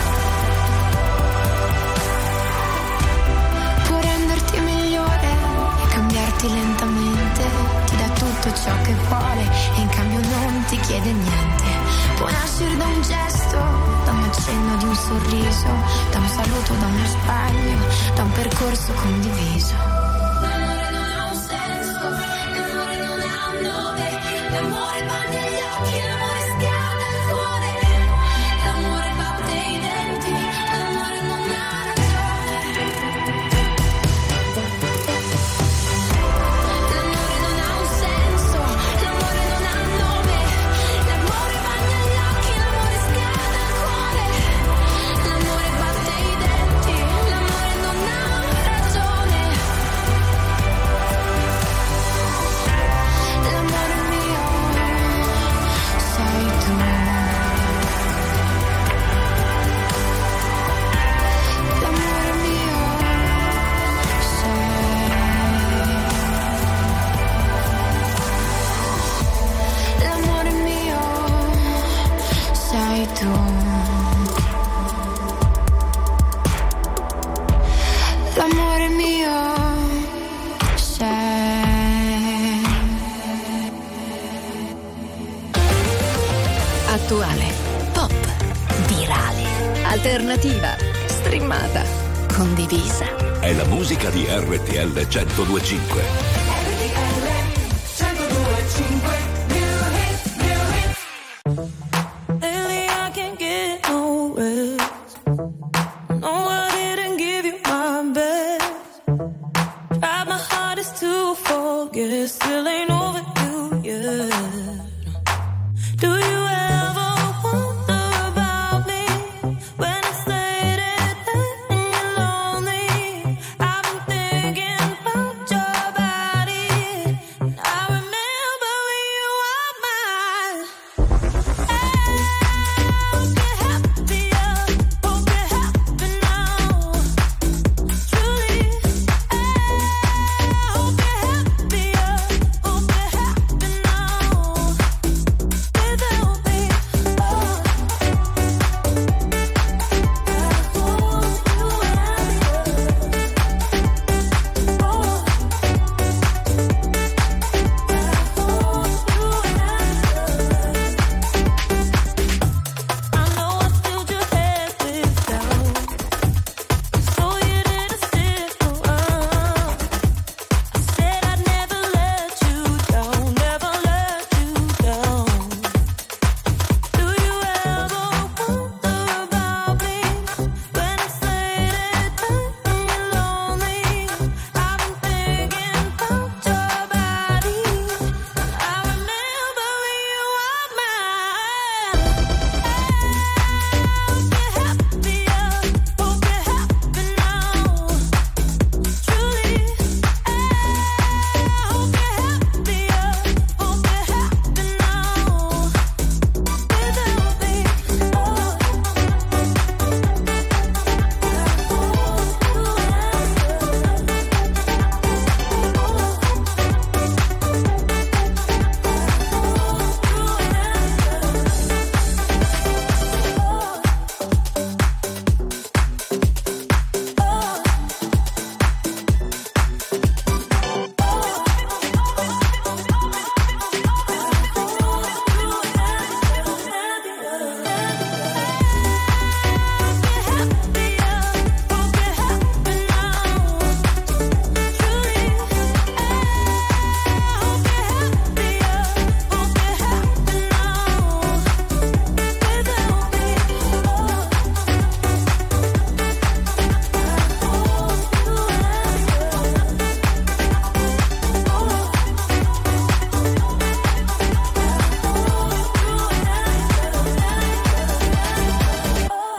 [SPEAKER 9] Può renderti migliore e cambiarti lentamente, ti dà tutto ciò che vuole e in cambio non ti chiede niente. Può nascere da un gesto, da un accenno di un sorriso, da un saluto, da uno sbaglio, da un percorso condiviso. L'amore non ha un senso, l'amore non ha un nome, l'amore bagna gli occhi, l'amore scalda il cuore, l'amore batte i denti, l'amore non ha ragione. L'amore non ha un senso, l'amore non ha un nome, l'amore bagna gli occhi, l'amore scalda il cuore, l'amore batte i denti, l'amore non ha ragione. L'amore mio sei tu. L'amore mio sei. L'amore mio sei tu. L'amore mio sei.
[SPEAKER 15] Attuale, pop, virale, alternativa, streamata, condivisa.
[SPEAKER 4] È la musica di R T L centodue e cinque.
[SPEAKER 13] Lately I can't get no rest. No, I didn't give you my best. Tried my hardest to forget, still ain't over you yet. Do you ever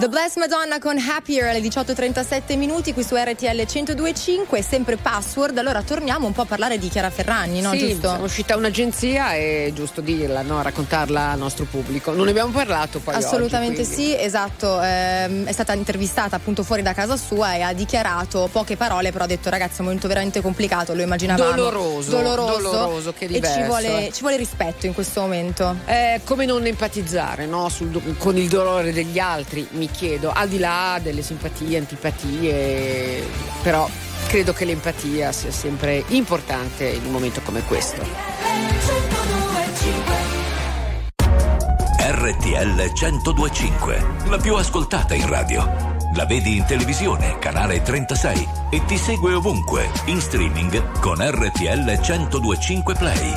[SPEAKER 2] The Blessed Madonna con Happier alle diciotto e trentasette minuti qui su R T L centodue e cinque, sempre Password. Allora torniamo un po' a parlare di Chiara Ferragni, no?
[SPEAKER 1] Sì,
[SPEAKER 2] Giusto?
[SPEAKER 1] è uscita un'agenzia, è giusto dirla, no? Raccontarla al nostro pubblico. Non ne abbiamo parlato poi
[SPEAKER 2] Assolutamente
[SPEAKER 1] oggi, quindi.
[SPEAKER 2] sì, esatto. Ehm, è stata intervistata appunto fuori da casa sua e ha dichiarato poche parole, però ha detto ragazzi è un momento veramente complicato, lo immaginavamo.
[SPEAKER 1] Doloroso,
[SPEAKER 2] doloroso,
[SPEAKER 1] doloroso, che diverso.
[SPEAKER 2] E ci vuole, ci vuole rispetto in questo momento.
[SPEAKER 1] Eh, come non empatizzare, no? Sul, con il dolore degli altri, mi chiedo, al di là delle simpatie, antipatie, però credo che l'empatia sia sempre importante in un momento come questo.
[SPEAKER 4] R T L centodue e cinque, la più ascoltata in radio. La vedi in televisione, canale trentasei, e ti segue ovunque, in streaming con R T L centodue e cinque Play.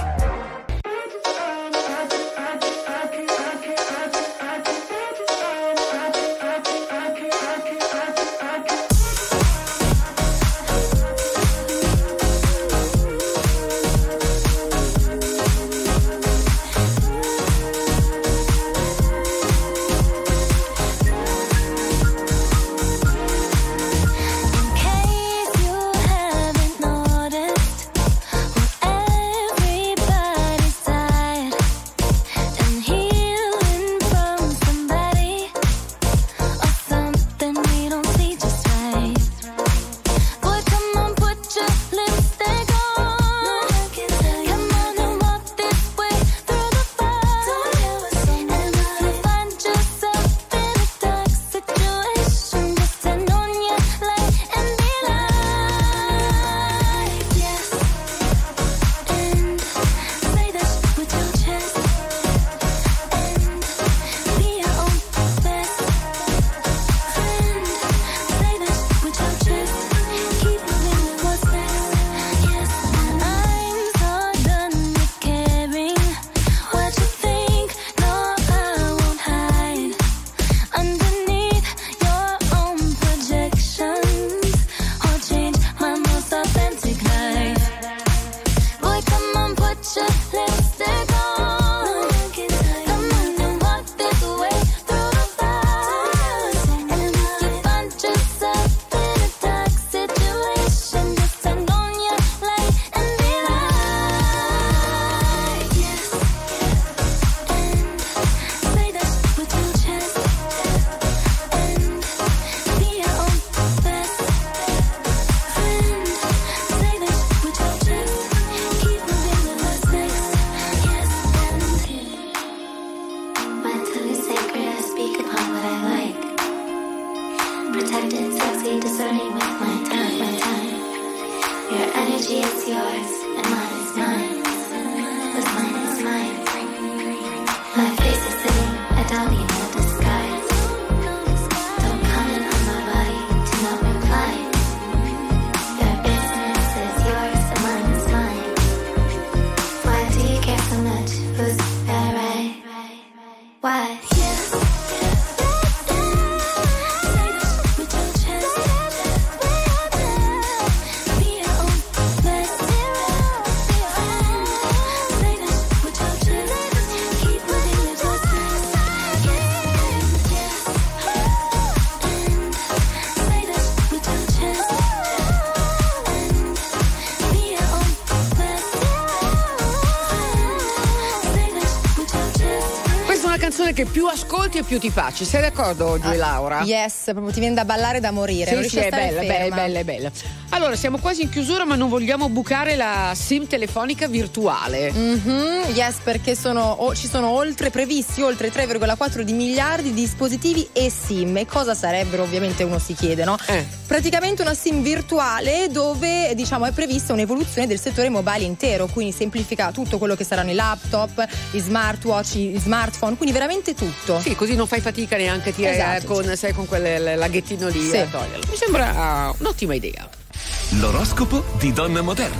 [SPEAKER 1] Che più ascolti e più ti piaci, sei d'accordo oggi, ah, Laura?
[SPEAKER 2] Yes, proprio ti viene da ballare, da morire.
[SPEAKER 1] Sì,
[SPEAKER 2] non
[SPEAKER 1] sì, è bella,
[SPEAKER 2] ferma.
[SPEAKER 1] bella, bella, bella. Allora, siamo quasi in chiusura, ma non vogliamo bucare la SIM telefonica virtuale.
[SPEAKER 2] Mm-hmm, yes, perché sono, oh, ci sono oltre previsti oltre tre virgola quattro di miliardi di dispositivi e SIM. E cosa sarebbero? Ovviamente uno si chiede, no?
[SPEAKER 1] Eh.
[SPEAKER 2] Praticamente una SIM virtuale dove, diciamo, è prevista un'evoluzione del settore mobile intero, quindi semplifica tutto quello che saranno i laptop, i smartwatch, i smartphone, quindi veramente tutto.
[SPEAKER 1] Sì, così non fai fatica neanche ti
[SPEAKER 2] esatto.
[SPEAKER 1] con, sai, con quel laghettino lì
[SPEAKER 2] sì.
[SPEAKER 1] a toglierlo. Mi sembra un'ottima idea.
[SPEAKER 20] L'oroscopo di Donna Moderna, a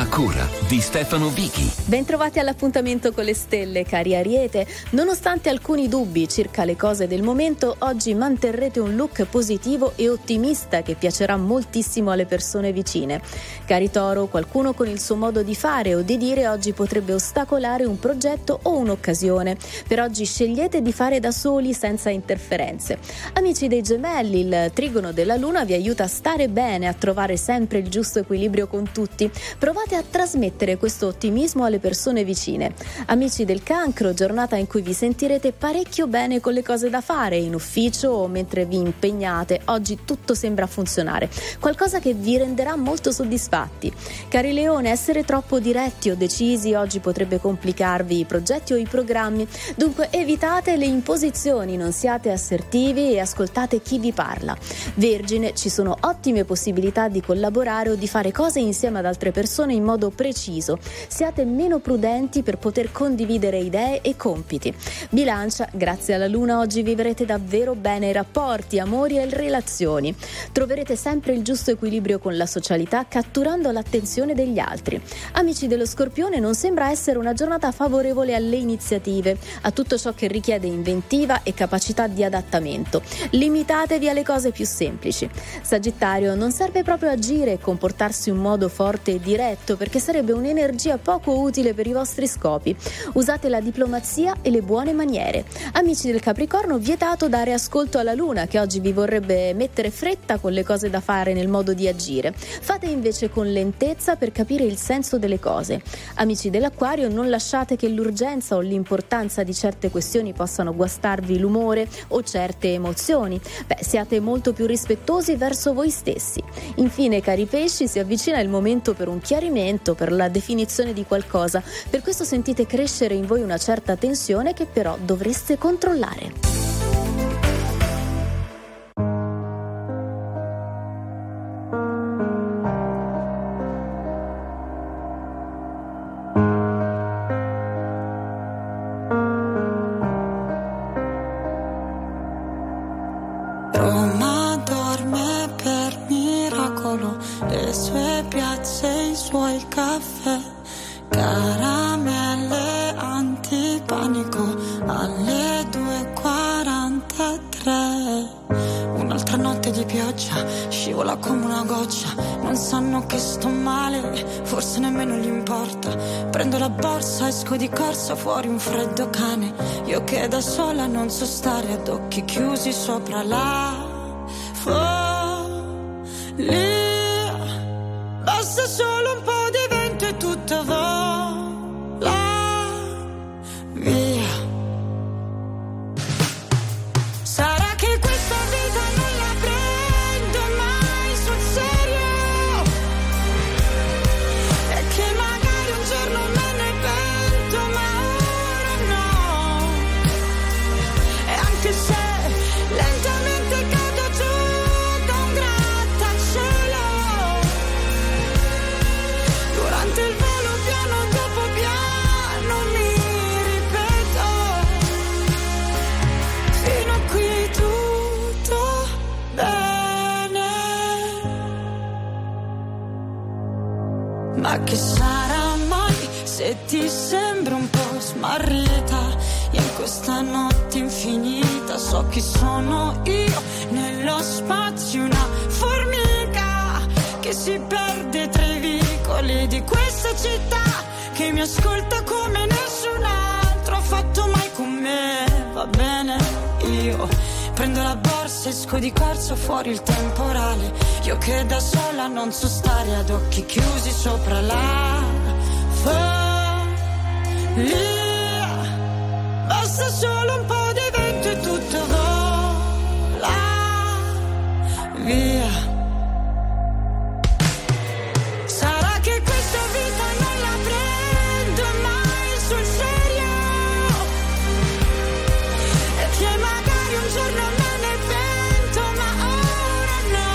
[SPEAKER 4] a cura di Stefano Vichi.
[SPEAKER 20] Bentrovati all'appuntamento con le stelle, cari Ariete. Nonostante alcuni dubbi circa le cose del momento, oggi manterrete un look positivo e ottimista che piacerà moltissimo alle persone vicine. Cari Toro, qualcuno con il suo modo di fare o di dire oggi potrebbe ostacolare un progetto o un'occasione. Per oggi scegliete di fare da soli senza interferenze. Amici dei Gemelli, il trigono della Luna vi aiuta a stare bene, a trovare sempre il giusto equilibrio con tutti. Provate a trasmettere questo ottimismo alle persone vicine. Amici del Cancro, giornata in cui vi sentirete parecchio bene con le cose da fare, in ufficio o mentre vi impegnate. Oggi tutto sembra funzionare, qualcosa che vi renderà molto soddisfatti. Cari Leone, essere troppo diretti o decisi oggi potrebbe complicarvi i progetti o i programmi, dunque evitate le imposizioni, non siate assertivi e ascoltate chi vi parla. Vergine, ci sono ottime possibilità di collaborare o di fare cose insieme ad altre persone in modo preciso. Siate meno prudenti per poter condividere idee e compiti. Bilancia, grazie alla Luna oggi vivrete davvero bene i rapporti, amori e relazioni. Troverete sempre il giusto equilibrio con la socialità, catturando l'attenzione degli altri. Amici dello Scorpione, non sembra essere una giornata favorevole alle iniziative, a tutto ciò che richiede inventiva e capacità di adattamento. Limitatevi alle cose più semplici. Sagittario, non serve proprio agire e comportarsi in modo forte e diretto, perché sarebbe un'energia poco utile per i vostri scopi. Usate la diplomazia e le buone maniere. Amici del Capricorno, vietato dare ascolto alla Luna, che oggi vi vorrebbe mettere fretta con le cose da fare nel modo di agire. Fate invece con lentezza per capire il senso delle cose. Amici dell'Acquario, non lasciate che l'urgenza o l'importanza di certe questioni possano guastarvi l'umore o certe emozioni. Beh, siate molto più rispettosi verso voi stessi. Infine, cari Pesci, si avvicina il momento per un chiarimento, per la definizione di qualcosa. Per questo sentite crescere in voi una certa tensione che però dovreste controllare.
[SPEAKER 21] Roma dorme per miracolo, le sue piazze, i suoi caffè, caramelle antipanico alle due e quarantatré. Un'altra notte di pioggia, scivola come una goccia, non sanno che sto male, forse nemmeno gli importa. Prendo la borsa, esco di corsa, fuori un freddo cane, io che da sola non so stare, ad occhi chiusi sopra la follia. Basta solo un po' di vento e tutto vola via. Sarà che questa vita non la prendo mai sul serio, e che magari un giorno me ne pento, ma ora no. E anche se lentamente cado giù da un grattacielo, durante il volo piano dopo piano mi ripeto, fino a qui tutto bene. Ma che sarà mai se ti sembra un po' smarrita in questa notte infinita? So chi sono io nello spazio, una formica che si perde tra i vicoli di questa città, che mi ascolta come nessun altro ha fatto mai con me. Va bene, io prendo la borsa, esco di corsa, fuori il temporale, io che da sola non so stare, ad occhi chiusi sopra la follia. Basta solo un po' di vento e tutto vola via. Sarà che questa vita non la prendo mai sul serio, e che magari un giorno me ne pento, ma ora no.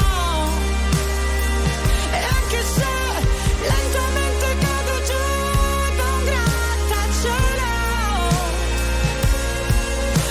[SPEAKER 21] E anche se lentamente cado giù da un grattacielo,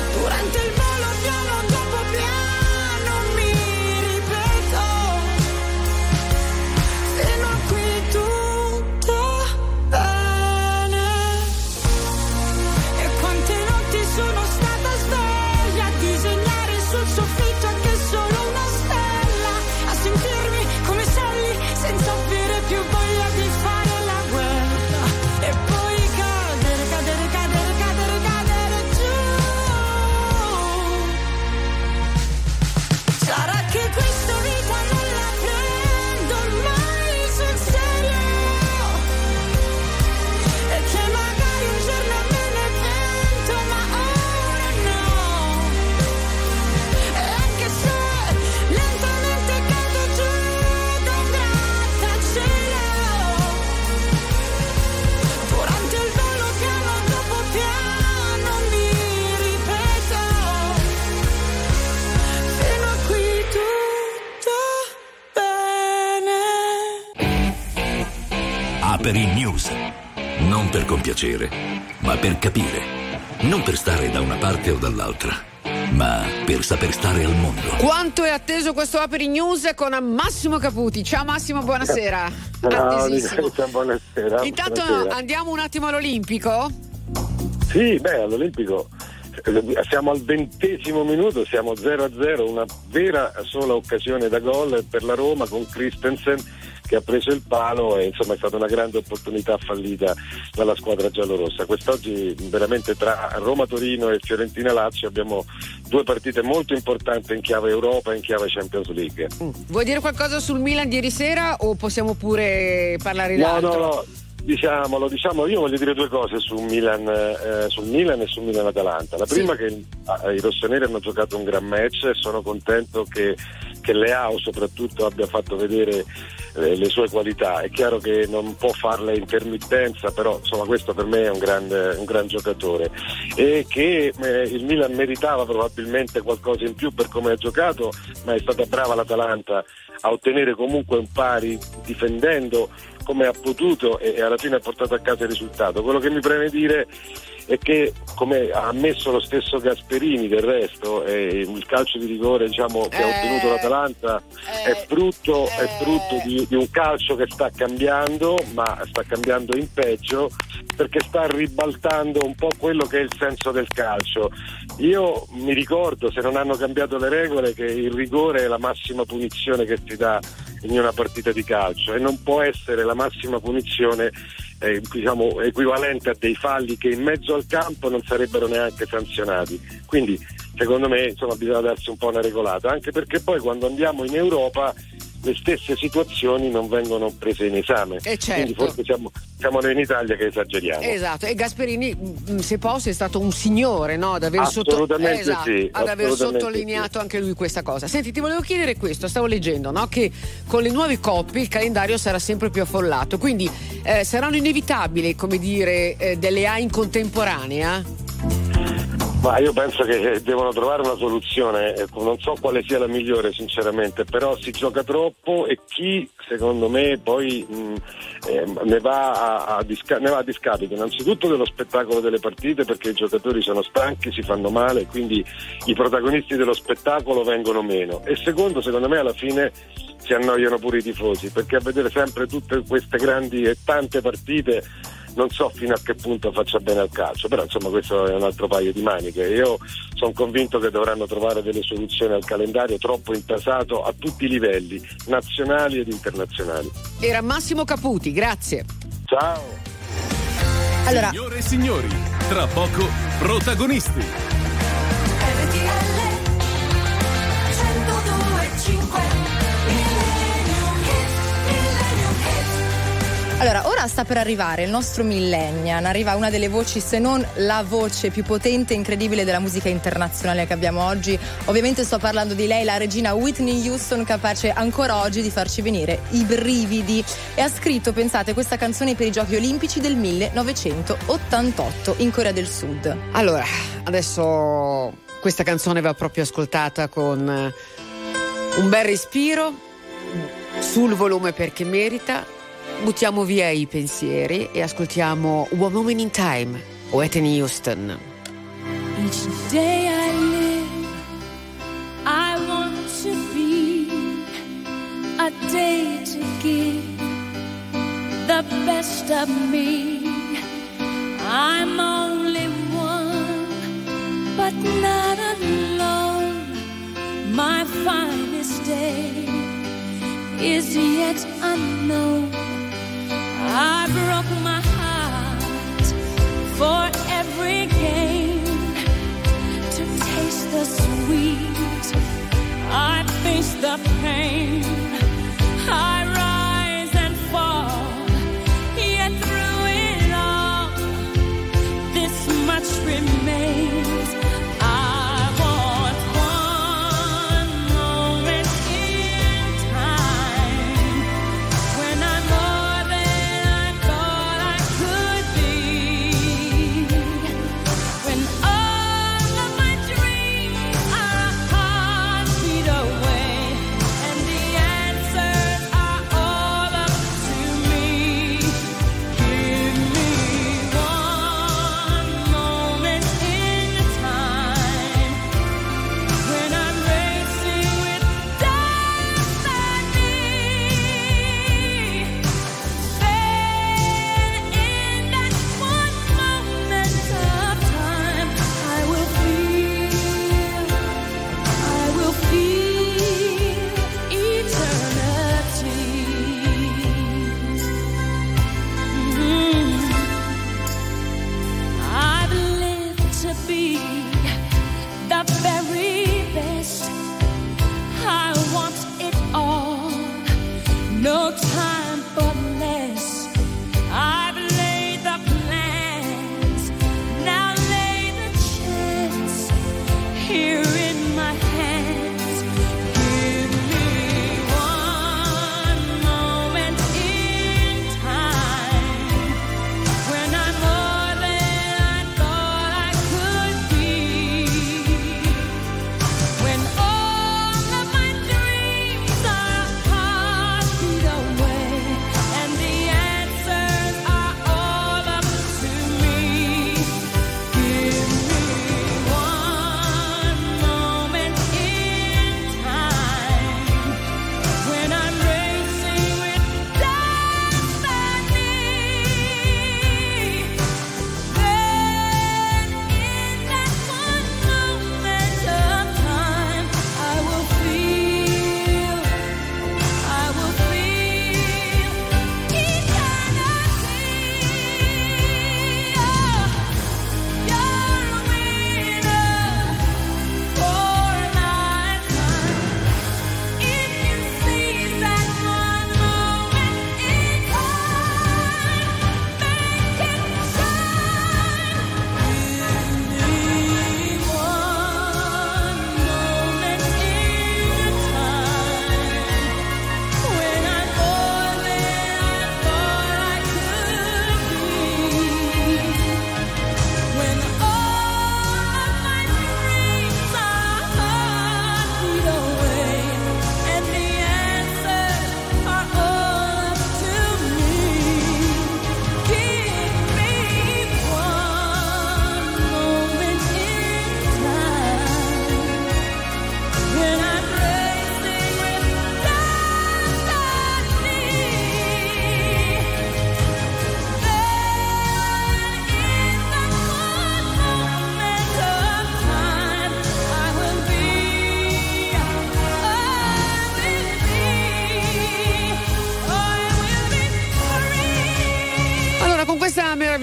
[SPEAKER 4] Aperi News. Non per compiacere, ma per capire. Non per stare da una parte o dall'altra, ma per saper stare al mondo.
[SPEAKER 1] Quanto è atteso questo Aperi News con Massimo Caputi. Ciao Massimo, buonasera.
[SPEAKER 3] Ciao,
[SPEAKER 1] Attesissimo.
[SPEAKER 3] buonasera.
[SPEAKER 1] Intanto
[SPEAKER 3] buonasera.
[SPEAKER 1] andiamo un attimo all'Olimpico.
[SPEAKER 3] Sì, beh, all'Olimpico siamo al ventesimo minuto, siamo zero a zero, una vera sola occasione da gol per la Roma con Christensen che ha preso il palo e insomma è stata una grande opportunità fallita dalla squadra giallorossa. Quest'oggi veramente tra Roma-Torino e Fiorentina-Lazio abbiamo due partite molto importanti in chiave Europa e in chiave Champions League.
[SPEAKER 1] Mm. Vuoi dire qualcosa sul Milan di ieri sera o possiamo pure parlare
[SPEAKER 3] No,
[SPEAKER 1] d'altro?
[SPEAKER 3] no, no. Diciamolo, diciamo, io voglio dire due cose su Milan, eh, sul Milan e su Milan-Atalanta. La prima sì. che eh, i rossoneri hanno giocato un gran match e sono contento che, che Leao soprattutto abbia fatto vedere eh, le sue qualità. È chiaro che non può farle intermittenza, però insomma questo per me è un grande, un gran giocatore e che eh, il Milan meritava probabilmente qualcosa in più per come ha giocato, ma è stata brava l'Atalanta a ottenere comunque un pari difendendo come ha potuto e alla fine ha portato a casa il risultato. Quello che mi preme dire è che, come ha ammesso lo stesso Gasperini del resto, eh, il calcio di rigore diciamo, che
[SPEAKER 1] eh,
[SPEAKER 3] ha ottenuto l'Atalanta
[SPEAKER 1] eh,
[SPEAKER 3] è frutto,
[SPEAKER 1] eh,
[SPEAKER 3] è frutto di, di un calcio che sta cambiando, ma sta cambiando in peggio perché sta ribaltando un po' quello che è il senso del calcio. Io mi ricordo, se non hanno cambiato le regole, che il rigore è la massima punizione che si dà in una partita di calcio e non può essere la massima punizione eh, diciamo equivalente a dei falli che in mezzo al campo non sarebbero neanche sanzionati. Quindi secondo me insomma bisogna darsi un po' una regolata, anche perché poi quando andiamo in Europa le stesse situazioni non vengono prese in esame,
[SPEAKER 1] eh certo.
[SPEAKER 3] Quindi forse siamo, siamo noi in Italia che esageriamo.
[SPEAKER 1] Esatto, e Gasperini se posso è stato un signore, no? Ad aver, sotto... eh, esatto,
[SPEAKER 3] sì,
[SPEAKER 1] ad aver
[SPEAKER 3] sì.
[SPEAKER 1] sottolineato anche lui questa cosa. Senti, ti volevo chiedere questo, stavo leggendo, no? Che con le nuove coppie il calendario sarà sempre più affollato, quindi eh, saranno inevitabili, come dire, eh, delle A in contemporanea?
[SPEAKER 3] Ma io penso che devono trovare una soluzione, non so quale sia la migliore sinceramente, però si gioca troppo e chi secondo me poi mh, eh, ne, va a, a disca- ne va a discapito innanzitutto dello spettacolo delle partite, perché i giocatori sono stanchi, si fanno male, quindi i protagonisti dello spettacolo vengono meno, e secondo secondo me alla fine si annoiano pure i tifosi, perché a vedere sempre tutte queste grandi e tante partite non so fino a che punto faccia bene al calcio, però insomma questo è un altro paio di maniche. Io sono convinto che dovranno trovare delle soluzioni al calendario troppo intasato a tutti i livelli, nazionali ed internazionali.
[SPEAKER 1] Era Massimo Caputi, grazie.
[SPEAKER 3] Ciao.
[SPEAKER 2] Allora,
[SPEAKER 22] signore e signori, tra poco protagonisti.
[SPEAKER 12] R T L centodue e cinque.
[SPEAKER 2] Allora, ora sta per arrivare il nostro millennial, arriva una delle voci, se non la voce più potente e incredibile della musica internazionale che abbiamo oggi. Ovviamente sto parlando di lei, la regina Whitney Houston, capace ancora oggi di farci venire i brividi. E ha scritto, pensate, questa canzone per i Giochi Olimpici del millenovecentottantotto in Corea del Sud.
[SPEAKER 1] Allora, adesso questa canzone va proprio ascoltata con un bel respiro, sul volume perché merita. Buttiamo via i pensieri e ascoltiamo One Moment in Time, Whitney Houston.
[SPEAKER 9] Each day I live, I want to be a day to give the best of me. I'm only one, but not alone. My finest day is yet unknown. I broke my heart for every gain, to taste the sweet, I face the pain, I rise and fall, yet through it all, this much remains. I want one moment in time, when I'm more than I thought I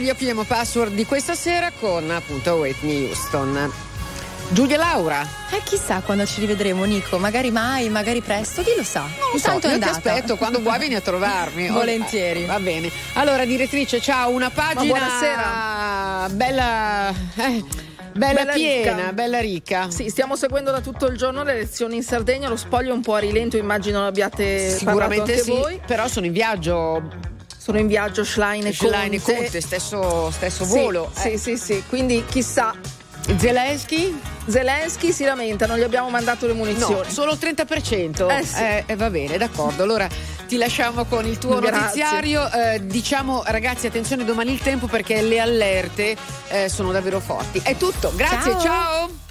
[SPEAKER 1] vi apriamo password di questa sera con appunto Whitney Houston. Giulia Laura.
[SPEAKER 2] Eh, chissà quando ci rivedremo, Nico, magari mai, magari presto, chi lo sa.
[SPEAKER 1] Non lo so,
[SPEAKER 2] Intanto è
[SPEAKER 1] io ti
[SPEAKER 2] andata.
[SPEAKER 1] aspetto, quando vuoi vieni a trovarmi.
[SPEAKER 2] Volentieri.
[SPEAKER 1] Eh, va bene. Allora, direttrice, ciao, una pagina
[SPEAKER 6] Ma buonasera.
[SPEAKER 1] bella eh, bella,
[SPEAKER 6] Bella
[SPEAKER 1] piena,
[SPEAKER 6] ricca.
[SPEAKER 1] bella ricca.
[SPEAKER 6] Sì, stiamo seguendo da tutto il giorno le elezioni in Sardegna, lo spoglio è un po' a rilento, immagino l'abbiate
[SPEAKER 1] Sicuramente
[SPEAKER 6] parlato anche
[SPEAKER 1] sì,
[SPEAKER 6] voi.
[SPEAKER 1] però sono in viaggio.
[SPEAKER 6] Sono in viaggio Schlein e
[SPEAKER 1] Schlein e
[SPEAKER 6] Conte.
[SPEAKER 1] Conte, stesso, stesso
[SPEAKER 6] Sì,
[SPEAKER 1] volo.
[SPEAKER 6] Sì,
[SPEAKER 1] eh.
[SPEAKER 6] sì, sì, quindi chissà.
[SPEAKER 1] Zelensky?
[SPEAKER 6] Zelensky si lamenta, non gli abbiamo mandato le munizioni.
[SPEAKER 1] No, solo il trenta per cento.
[SPEAKER 6] Eh sì.
[SPEAKER 1] Eh, eh, va bene, d'accordo. Allora ti lasciamo con il tuo
[SPEAKER 6] Grazie.
[SPEAKER 1] notiziario. Eh, diciamo, ragazzi, attenzione domani il tempo perché le allerte eh, sono davvero forti. È tutto, grazie,
[SPEAKER 2] Ciao.
[SPEAKER 1] ciao.